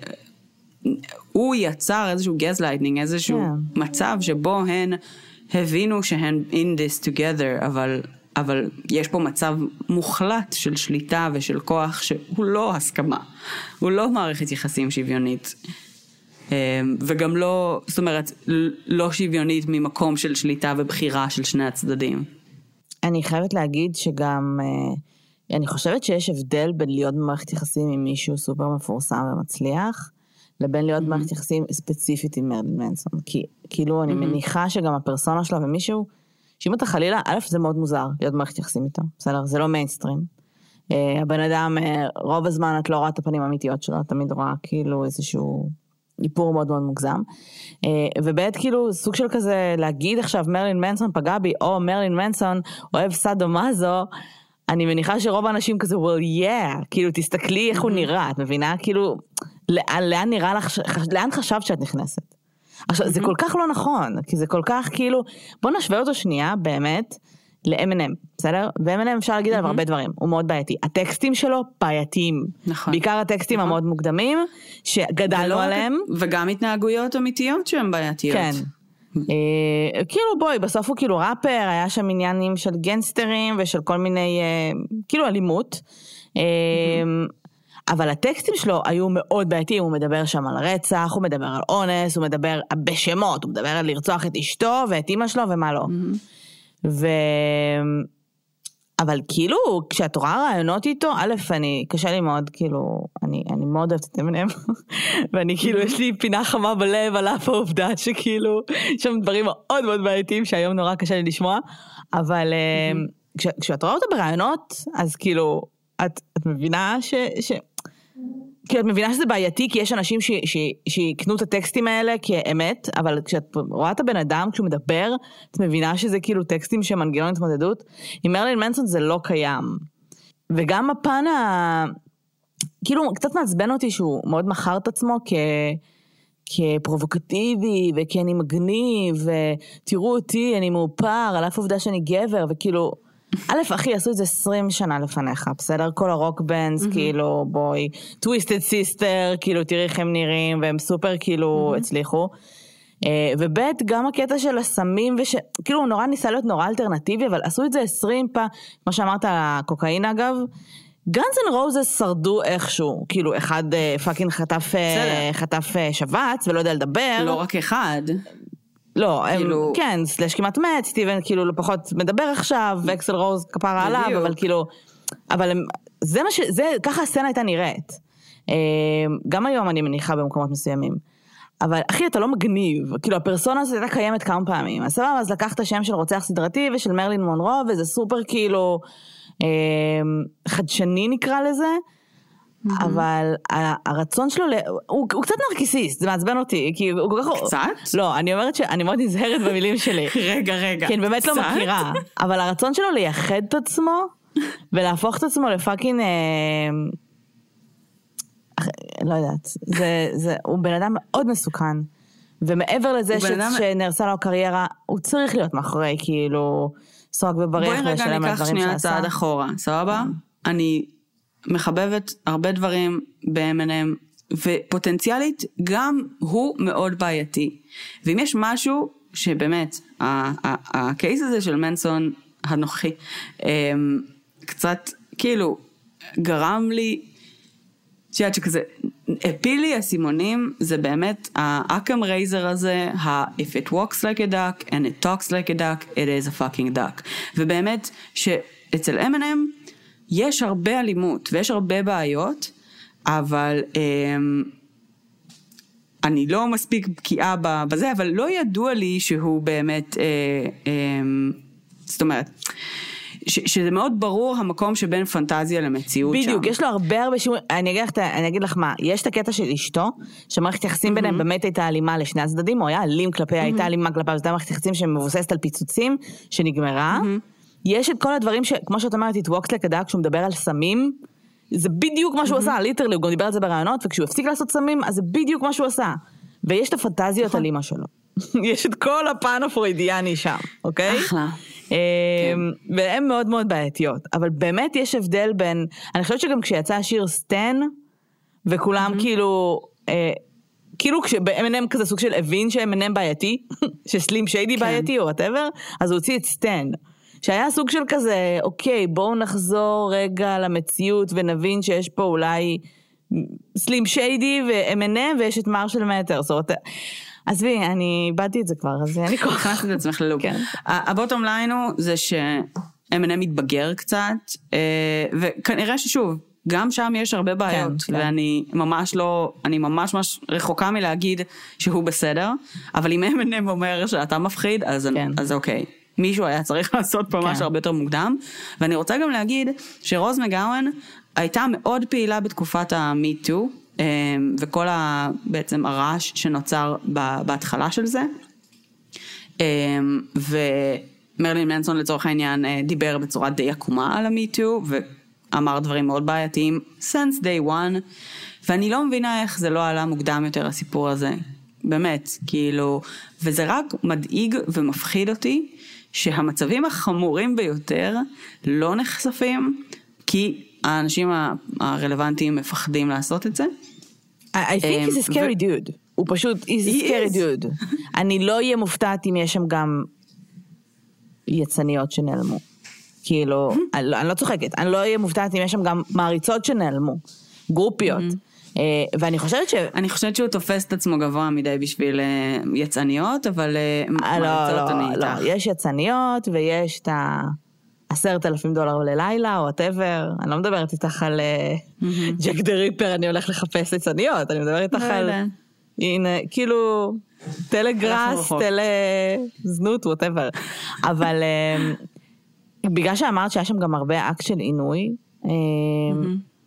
הוא יצר איזשהו גזלייטנינג, איזשהו yeah. מצב שבו הן הבינו שהן in this together, אבל... אבל יש פה מצב מוחלט של שליטה ושל כוח שהוא לא הסכמה, הוא לא מערכת יחסים שוויונית, וגם לא, זאת אומרת, לא שוויונית ממקום של שליטה ובחירה של שני הצדדים. אני חייבת להגיד שגם, אני חושבת שיש הבדל בין להיות במערכת יחסים עם מישהו סופר מפורסם ומצליח, לבין להיות במערכת יחסים ספציפית עם מרלין מנסון, כי כאילו אני מניחה שגם הפרסונה שלו ומישהו, שאם אתה חלילה, א' זה מאוד מוזר להיות במערכת יחסים איתו, בסדר? זה לא מיינסטרים. הבן אדם, רוב הזמן את לא רואה את הפנים האמיתיות שלו, תמיד רואה כאילו איזשהו איפור מאוד מאוד מוגזם. ובעת כאילו סוג של כזה להגיד עכשיו מרלין מנסון פגע בי, או מרלין מנסון אוהב סאדו-מאזו, אני מניחה שרוב האנשים כזה, well yeah, כאילו תסתכלי איך הוא נראה, את מבינה? כאילו, לאן נראה לך, לאן חשבת שאת נכנסת? עכשיו, זה כל כך לא נכון, כי זה כל כך כאילו, בוא נשווה אותו שנייה, באמת, ל-אם אנד אם, בסדר? ו-אם אנד אם אפשר להגיד עליו הרבה דברים, הוא מאוד בעייתי. הטקסטים שלו בעייתיים. נכון. בעיקר הטקסטים המאוד מוקדמים, שגדלנו עליהם. וגם התנהגויות אמיתיות שהן בעייתיות. כן. כאילו בואי, בסוף הוא כאילו ראפר, היה שם עניינים של גנסטרים, ושל כל מיני, כאילו אלימות. אבל הטקסטים שלו היו מאוד בעייתיים, הוא מדבר שם על רצח, הוא מדבר על אונס, הוא מדבר בשמות, הוא מדבר על לרצוח את אשתו ואת אמא שלו ומה לא. ו... אבל כאילו, כשאת רואה רעיונות איתו, א', אני, קשה לי מאוד, כאילו, אני, אני מאוד אוהבת את אם אנד אם, ואני כאילו, יש לי פינה חמה בלב על אף העובדה שכאילו, יש שם דברים מאוד מאוד בעייתיים, שהיום נורא קשה לי לשמוע, אבל כש, כשאת רואה אותו ברעיונות, אז כאילו, את, את מבינה ש, ש, כי את מבינה שזה בעייתי, כי יש אנשים ש, ש, שיקנו את הטקסטים האלה כאמת, אבל כשאת רואה את הבן אדם, כשהוא מדבר, את מבינה שזה כאילו טקסטים שמנגנון התמודדות. עם מרלין מנסון זה לא קיים. וגם הפן ה... כאילו, קצת מעצבן אותי שהוא מאוד מכר את עצמו כ... כפרובוקטיבי, וכי אני מגניב, ותראו אותי, אני מאופר, על אף עובדה שאני גבר, וכאילו... א', אחי, עשו את זה עשרים שנה לפניך, בסדר? כל הרוק בנדס, mm-hmm. כאילו, בואי, טוויסטד סיסטר, כאילו, תראי איך הם נראים, והם סופר, כאילו, mm-hmm. הצליחו. Uh, וב', גם הקטע של הסמים, וש... כאילו, הוא נורא ניסה להיות נורא אלטרנטיבי, אבל עשו את זה עשרים פעם, כמו שאמרת, הקוקאין אגב, גאנס אנד רוזס שרדו איכשהו, כאילו, אחד uh, פאקינג חטף, uh, חטף uh, שבץ, ולא יודע לדבר. לא רק אחד. לא, כאילו... הם, כן, סלש כמעט מת, סטיבן כאילו לפחות מדבר עכשיו, ואקסל רוז כפרה עליו, אבל כאילו, אבל הם, זה מה ש... זה, ככה הסצנה הייתה נראית. גם היום אני מניחה במקומות מסוימים. אבל אחי, אתה לא מגניב, כאילו הפרסונה הזאת הייתה קיימת כמה פעמים. אז סבבה, אז לקחת השם של רוצח סדרתי ושל מרלין מונרו, וזה סופר כאילו חדשני נקרא לזה, אבל הרצון שלו, הוא קצת נרקיסיסט, זה מעצבן אותי, כי הוא כל כך... קצת? לא, אני אומרת שאני מאוד נזהרת במילים שלי. רגע, רגע. כי אני באמת לא מכירה, אבל הרצון שלו לייחד את עצמו, ולהפוך את עצמו לפאקינג, לא יודעת, הוא בן אדם מאוד מסוכן, ומעבר לזה שנהרסה לו הקריירה, הוא צריך להיות מאחורי, כאילו, סוג ובריח, בואי רגע ניקח שנייה צעד אחורה, סבבה? אני... מחבבת הרבה דברים ב-אם אנד אם, ופוטנציאלית גם הוא מאוד בעייתי. ואם יש משהו שבאמת, הקייס הזה של מנסון הנוכחי, קצת כאילו גרם לי, שיעת שכזה, הפיל לי הסימונים, זה באמת האקם רייזר הזה, ה-if it walks like a duck and it talks like a duck, it is a fucking duck. ובאמת שאצל אם אנד אם, יש הרבה אלימות ויש הרבה בעיות, אבל אמ, אני לא מספיק בקיאה בזה, אבל לא ידוע לי שהוא באמת, אה, אה, זאת אומרת, ש, שזה מאוד ברור המקום שבין פנטזיה למציאות בדיוק, שם. בדיוק, יש לו הרבה הרבה שימוש, אני אגיד לך, אני אגיד לך מה, יש את הקטע של אשתו, שמערכת יחסים mm-hmm. ביניהם באמת הייתה אלימה לשני הצדדים, הוא היה אלים כלפי, mm-hmm. הייתה אלימה כלפי, זאת מערכת יחסים שמבוססת על פיצוצים, שנגמרה, mm-hmm. יש את כל הדברים שכמו שאת אומרת, it walks like a duck, כשהוא מדבר על סמים, זה בדיוק מה שהוא עשה, ליטרלי, הוא גם דיבר על זה ברעיונות, וכשהוא הפסיק לעשות סמים, אז זה בדיוק מה שהוא עשה. ויש את הפנטזיות על אמא שלו. יש את כל הפן הפרוידיאני שם, אוקיי? אחלה. והן מאוד מאוד בעייתיות. אבל באמת יש הבדל בין, אני חושבת שגם כשיצא השיר סטן, וכולם כאילו, כאילו כשב-אם אנד אם כזה סוג של הבין ש-אם אנד אם בעייתי, שסלים שיידי בעייתי או whatever, אז הוא הוציא את סטן. שהיה סוג של כזה, אוקיי, בואו נחזור רגע למציאות ונבין שיש פה אולי סלים שיידי ו-אם אנד אם ויש את מרשל מטרס. אז בי, אני איבדתי את זה כבר, אז אני כל כך... הכנסת את עצמך ללוב. הבוטום ליין הוא זה ש-אם אנד אם מתבגר קצת, וכנראה ששוב, גם שם יש הרבה בעיות, ואני ממש לא, אני ממש ממש רחוקה מלהגיד שהוא בסדר, אבל אם אם אנד אם אומר שאתה מפחיד, אז אוקיי. מישהו היה צריך לעשות פה משהו הרבה יותר מוקדם, ואני רוצה גם להגיד שרוז מגאוון הייתה מאוד פעילה בתקופת ה-Me Too, וכל ה, בעצם הרעש שנוצר בהתחלה של זה, ומרלין מנסון לצורך העניין דיבר בצורה די עקומה על ה-Me Too, ואמר דברים מאוד בעייתיים, since day one, ואני לא מבינה איך זה לא עלה מוקדם יותר הסיפור הזה, באמת, כאילו, וזה רק מדאיג ומפחיד אותי, שהמצבים החמורים ביותר לא נחשפים, כי האנשים הרלוונטיים מפחדים לעשות את זה. I think he's a scary dude. הוא פשוט, he's a scary dude. אני לא אהיה מופתעת אם יש שם גם יצניות שנעלמו. כאילו, אני לא צוחקת, אני לא אהיה מופתעת אם יש שם גם מעריצות שנעלמו. גרופיות. ואני חושבת ש... אני חושבת שהוא תופס את עצמו גבוה מדי בשביל יצניות, אבל לא, לא, לא. יש יצניות ויש את העשרת אלפים דולר ללילה, או whatever. אני לא מדברת איתך על ג'ק דה ריפר, אני הולך לחפש יצניות. אני מדברת איתך על... הנה, כאילו, טלגראס, טלזנות, whatever. אבל בגלל שאמרת שהיה שם גם הרבה אקט של עינוי,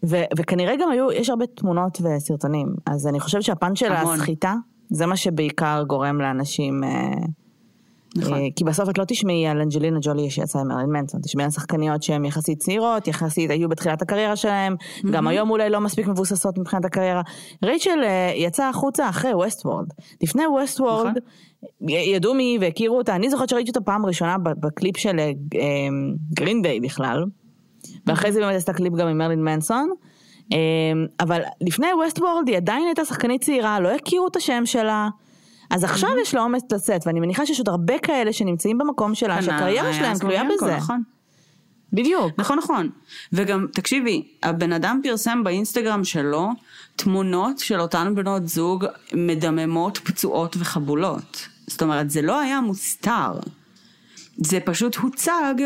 ו- וכנראה גם היו, יש הרבה תמונות וסרטונים, אז אני חושבת שהפן של המון. הסחיטה, זה מה שבעיקר גורם לאנשים, נכון. כי בסוף את לא תשמעי על אנג'לינה ג'ולי שיצאה עם מרלין מנסון, תשמעי על שחקניות שהן יחסית צעירות, יחסית היו בתחילת הקריירה שלהם, mm-hmm. גם היום אולי לא מספיק מבוססות מבחינת הקריירה. רייצ'ל יצאה החוצה אחרי ווסטוורד. לפני ווסטוורד, נכון. ידעו מי והכירו אותה, אני זוכרת שראיתי אותה פעם ראשונה בקליפ של גרין דיי בכלל, ואחרי זה באמת עשתה קליפ גם עם מרלין מנסון, אבל לפני ווסטוורד היא עדיין הייתה שחקנית צעירה, לא הכירו את השם שלה, אז עכשיו יש לה אומץ לצאת, ואני מניחה שיש עוד הרבה כאלה שנמצאים במקום שלה, שהקריירה שלהם תלויה בזה. נכון. בדיוק. נכון, נכון. וגם, תקשיבי, הבן אדם פרסם באינסטגרם שלו, תמונות של אותן בנות זוג מדממות, פצועות וחבולות. זאת אומרת, זה לא היה מוסתר. זה פשוט הוצג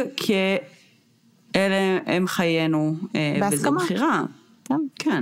כאלה הם חיינו, וזו בחירה. כן. כן.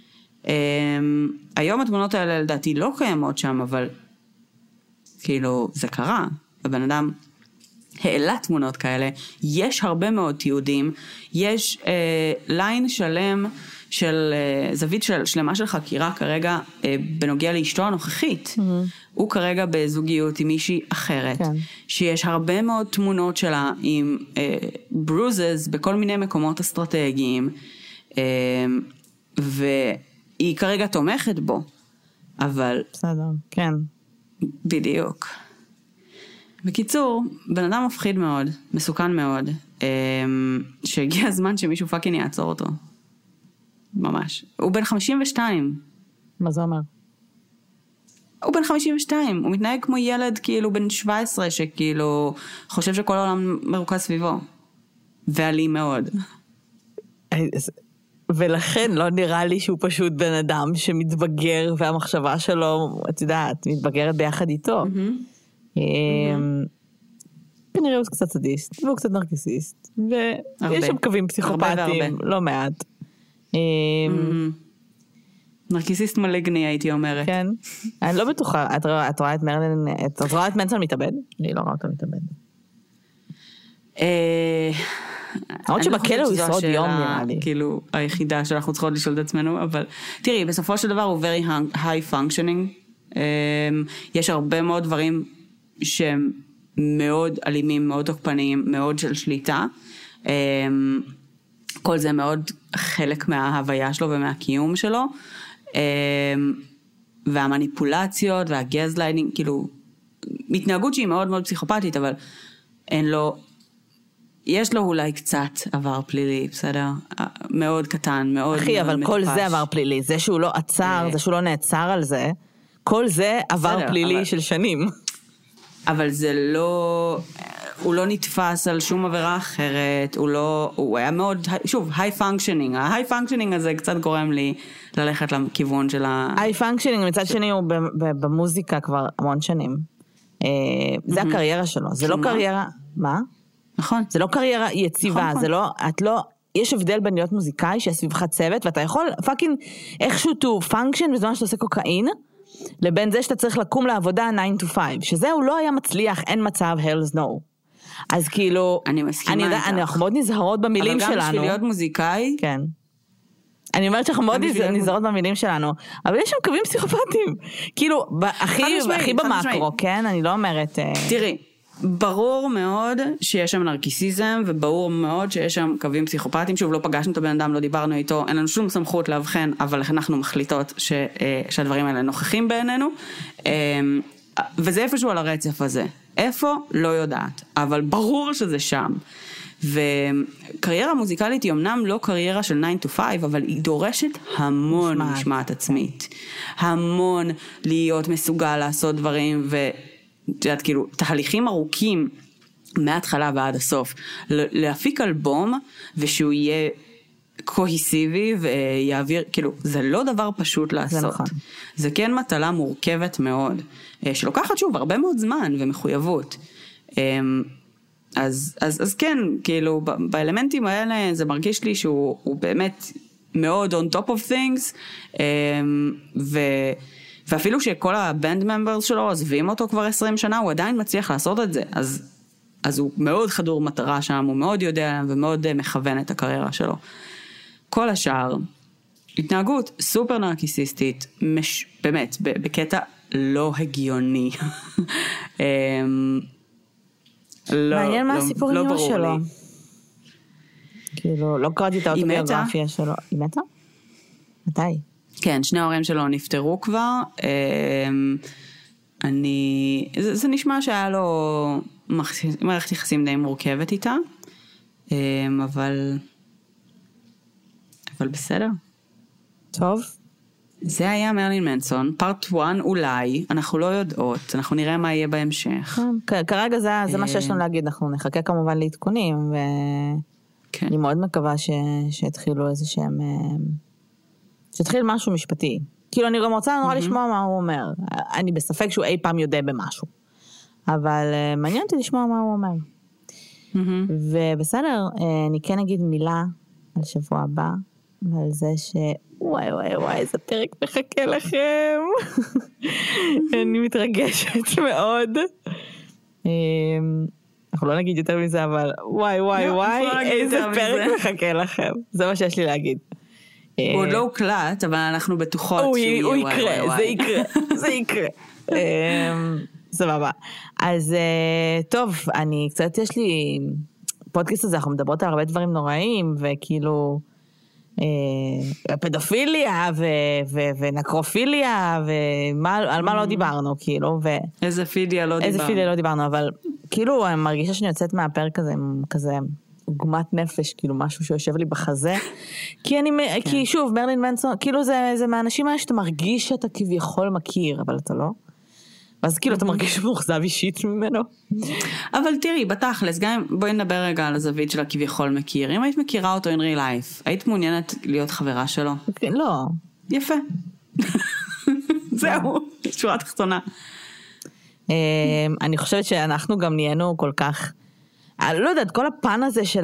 היום התמונות האלה לדעתי לא קיימות שם, אבל כאילו זה קרה, הבן אדם העלה תמונות כאלה, יש הרבה מאוד תיעודים, יש אה, ליין שלם של אה, זווית של, שלמה של חקירה כרגע אה, בנוגע לאשתו הנוכחית, mm-hmm. הוא כרגע בזוגיות עם מישהי אחרת, כן. שיש הרבה מאוד תמונות שלה עם אה, ברוזס בכל מיני מקומות אסטרטגיים, אה, והיא כרגע תומכת בו, אבל... בסדר, כן. בדיוק. בקיצור, בן אדם מפחיד מאוד, מסוכן מאוד, שהגיע הזמן שמישהו פאקינג יעצור אותו. ממש. הוא בן חמישים ושתיים. מה זה אומר? הוא בן חמישים ושתיים. הוא מתנהג כמו ילד כאילו בן שבע עשרה, שכאילו חושב שכל העולם מרוכז סביבו. ועלי מאוד. ולכן לא נראה לי שהוא פשוט בן אדם שמתבגר, והמחשבה שלו, את יודעת, מתבגרת ביחד איתו. כנראה הוא קצת סדיסט, והוא קצת נרקיסיסט, ויש שם קווים פסיכופטיים, לא מעט. נרקיסיסט מלגני, הייתי אומרת. כן. אני לא בטוחה, את רואה את מרלין, את רואה את מנסון מתאבד? אני לא רואה אותו מתאבד. אה... למרות שבכלא הוא ישרוד יום נראה לי. כאילו, היחידה שאנחנו צריכות לשאול את עצמנו, אבל תראי, בסופו של דבר הוא very high functioning, יש הרבה מאוד דברים שהם מאוד אלימים, מאוד תוקפניים, מאוד של שליטה, כל זה מאוד חלק מההוויה שלו ומהקיום שלו, והמניפולציות והגזלייטינג, כאילו, מתנהגות שהיא מאוד מאוד פסיכופתית, אבל אין לו... יש לו אולי קצת עבר פלילי, בסדר? מאוד קטן, מאוד מטופש. אחי, אבל כל זה עבר פלילי. זה שהוא לא עצר, זה שהוא לא נעצר על זה, כל זה עבר פלילי של שנים. אבל זה לא... הוא לא נתפס על שום עבירה אחרת, הוא לא... הוא היה מאוד... שוב, היי פונקשנינג. ההיי פונקשנינג הזה קצת גורם לי ללכת לכיוון של ה... היי פונקשנינג מצד שני הוא במוזיקה כבר המון שנים. זה הקריירה שלו. זה לא קריירה... מה? נכון. זה לא קריירה יציבה, נכון, זה לא, את לא, יש הבדל בין להיות מוזיקאי שסביבך צוות, ואתה יכול פאקינג איכשהו to function בזמן שאתה עושה קוקאין, לבין זה שאתה צריך לקום לעבודה nine to five, שזה הוא לא היה מצליח, אין מצב, hell's no. אז כאילו, אני מסכימה איתך. אנחנו מאוד נזהרות במילים שלנו. אבל גם בשביל להיות מוזיקאי. כן. אני אומרת שאנחנו מאוד נזהרות במילים שלנו, אבל יש שם קווים פסיכופטיים. כאילו, הכי במאקרו, כן? אני לא אומרת... תראי. ברור מאוד שיש שם נרקיסיזם, וברור מאוד שיש שם קווים פסיכופטיים. שוב, לא פגשנו את הבן אדם, לא דיברנו איתו, אין לנו שום סמכות להבחן, אבל אנחנו מחליטות ש, שהדברים האלה נוכחים בעינינו, וזה איפשהו על הרצף הזה. איפה? לא יודעת, אבל ברור שזה שם. וקריירה מוזיקלית היא אמנם לא קריירה של nine to five, אבל היא דורשת המון משמעת, משמעת עצמית. המון להיות מסוגל לעשות דברים ו... את יודעת, כאילו, תהליכים ארוכים מההתחלה ועד הסוף, להפיק אלבום ושהוא יהיה קוהיסיבי ויעביר, כאילו, זה לא דבר פשוט לעשות. זה נכון. זה כן מטלה מורכבת מאוד, שלוקחת שוב הרבה מאוד זמן ומחויבות. אז, אז, אז כן, כאילו, באלמנטים האלה זה מרגיש לי שהוא באמת מאוד on top of things, ו... ואפילו שכל הבנד ממברס שלו עוזבים אותו כבר עשרים שנה, הוא עדיין מצליח לעשות את זה. אז, אז הוא מאוד חדור מטרה שם, הוא מאוד יודע ומאוד מכוון את הקריירה שלו. כל השאר, התנהגות סופר נרקיסיסטית, מש, באמת, בקטע לא הגיוני. מעניין מה הסיפור עם אמא שלו. כאילו, לא קראתי את האוטוביוגרפיה שלו. היא מתה? מתי? כן, שני ההורים שלו נפטרו כבר. אני, זה, זה נשמע שהיה לו מערכת יחסים די מורכבת איתה, אבל, אבל בסדר. טוב. זה היה מרלין מנסון, פארט אחת אולי, אנחנו לא יודעות, אנחנו נראה מה יהיה בהמשך. כרגע זה, זה מה שיש לנו להגיד, אנחנו נחכה כמובן להתקונים, ואני מאוד מקווה שהתחילו איזה שהם, שהתחיל משהו משפטי. כאילו אני גם רוצה נורא לשמוע מה הוא אומר, אני בספק שהוא אי פעם יודע במשהו, אבל מעניין אותי לשמוע מה הוא אומר. ובסדר, אני כן אגיד מילה על שבוע הבא, ועל זה ש... וואי וואי וואי, איזה פרק מחכה לכם. אני מתרגשת מאוד. אנחנו לא נגיד יותר מזה, אבל וואי וואי וואי, איזה פרק מחכה לכם. זה מה שיש לי להגיד. הוא עוד לא הוקלט, אבל אנחנו בטוחות שהוא יהיה וואי וואי וואי. זה יקרה, זה יקרה. סבבה. אז טוב, אני קצת, יש לי... פודקאסט הזה, אנחנו מדברות על הרבה דברים נוראים, וכאילו... פדופיליה ונקרופיליה ועל מה לא דיברנו כאילו איזה פיליה לא דיברנו איזה פיליה לא דיברנו אבל כאילו אני מרגישה שאני יוצאת מהפרק הזה כזה עוגמת נפש כאילו משהו שיושב לי בחזה כי אני כי שוב מרלין מנסון כאילו זה זה מהאנשים האלה שאתה מרגיש שאתה כביכול מכיר אבל אתה לא אז כאילו אתה מרגיש מוחזב אישית ממנו. אבל תראי, בתכלס, גם בואי נדבר רגע על הזווית שלה כביכול מכיר. אם היית מכירה אותו in real life, היית מעוניינת להיות חברה שלו? לא. יפה. זהו, שורה תחתונה. אני חושבת שאנחנו גם נהיינו כל כך, לא יודעת, כל הפן הזה של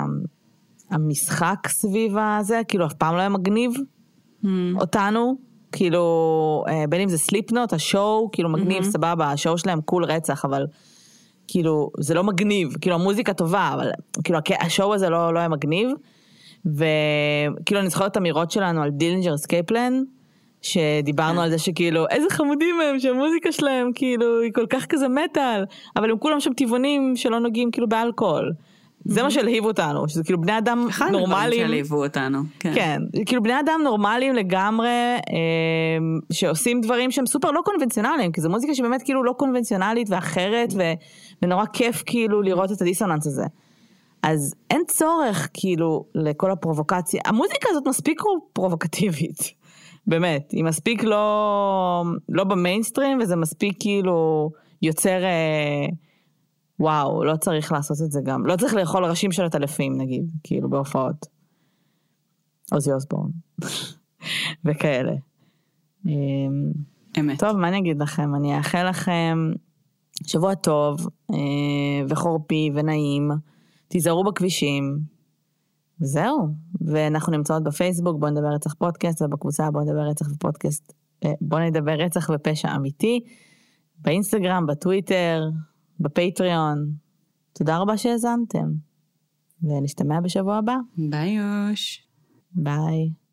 המשחק סביב הזה, כאילו אף פעם לא היה מגניב אותנו. כאילו, בין אם זה סליפנוט, השואו, כאילו מגניב, mm-hmm. סבבה, השואו שלהם קול רצח, אבל כאילו, זה לא מגניב, כאילו המוזיקה טובה, אבל כאילו השואו הזה לא, לא היה מגניב, וכאילו אני זוכרת את האמירות שלנו על דילינג'ר אסקייפלן, שדיברנו על זה שכאילו, איזה חמודים הם, שהמוזיקה שלהם כאילו, היא כל כך כזה מטל, אבל הם כולם שם טבעונים שלא נוגעים כאילו באלכוהול. זה מה שהלהיב אותנו, שזה כאילו בני אדם נורמליים. שהלהיבו אותנו. כן, כאילו בני אדם נורמליים לגמרי, שעושים דברים שהם סופר לא קונבנציונליים, כי זו מוזיקה שבאמת כאילו לא קונבנציונלית ואחרת, ונורא כיף כאילו לראות את הדיסוננס הזה. אז אין צורך כאילו לכל הפרובוקציה, המוזיקה הזאת מספיק פרובוקטיבית, באמת, היא מספיק לא, לא במיינסטרים, וזה מספיק כאילו יוצר... וואו, לא צריך לעשות את זה גם. לא צריך לאכול ראשים של הטלפים, נגיד, כאילו, בהופעות. עוזי אוסבורן. וכאלה. אמת. טוב, מה אני אגיד לכם? אני אאחל לכם שבוע טוב, וחורפי ונעים. תיזהרו בכבישים. וזהו. ואנחנו נמצאות בפייסבוק, בוא נדבר רצח פודקאסט, ובקבוצה בוא נדבר רצח ופודקאסט, בוא נדבר רצח ופשע אמיתי. באינסטגרם, בטוויטר, בפטריון. תודה רבה שהזנתם. ונשתמע בשבוע הבא. ביי יוש. ביי.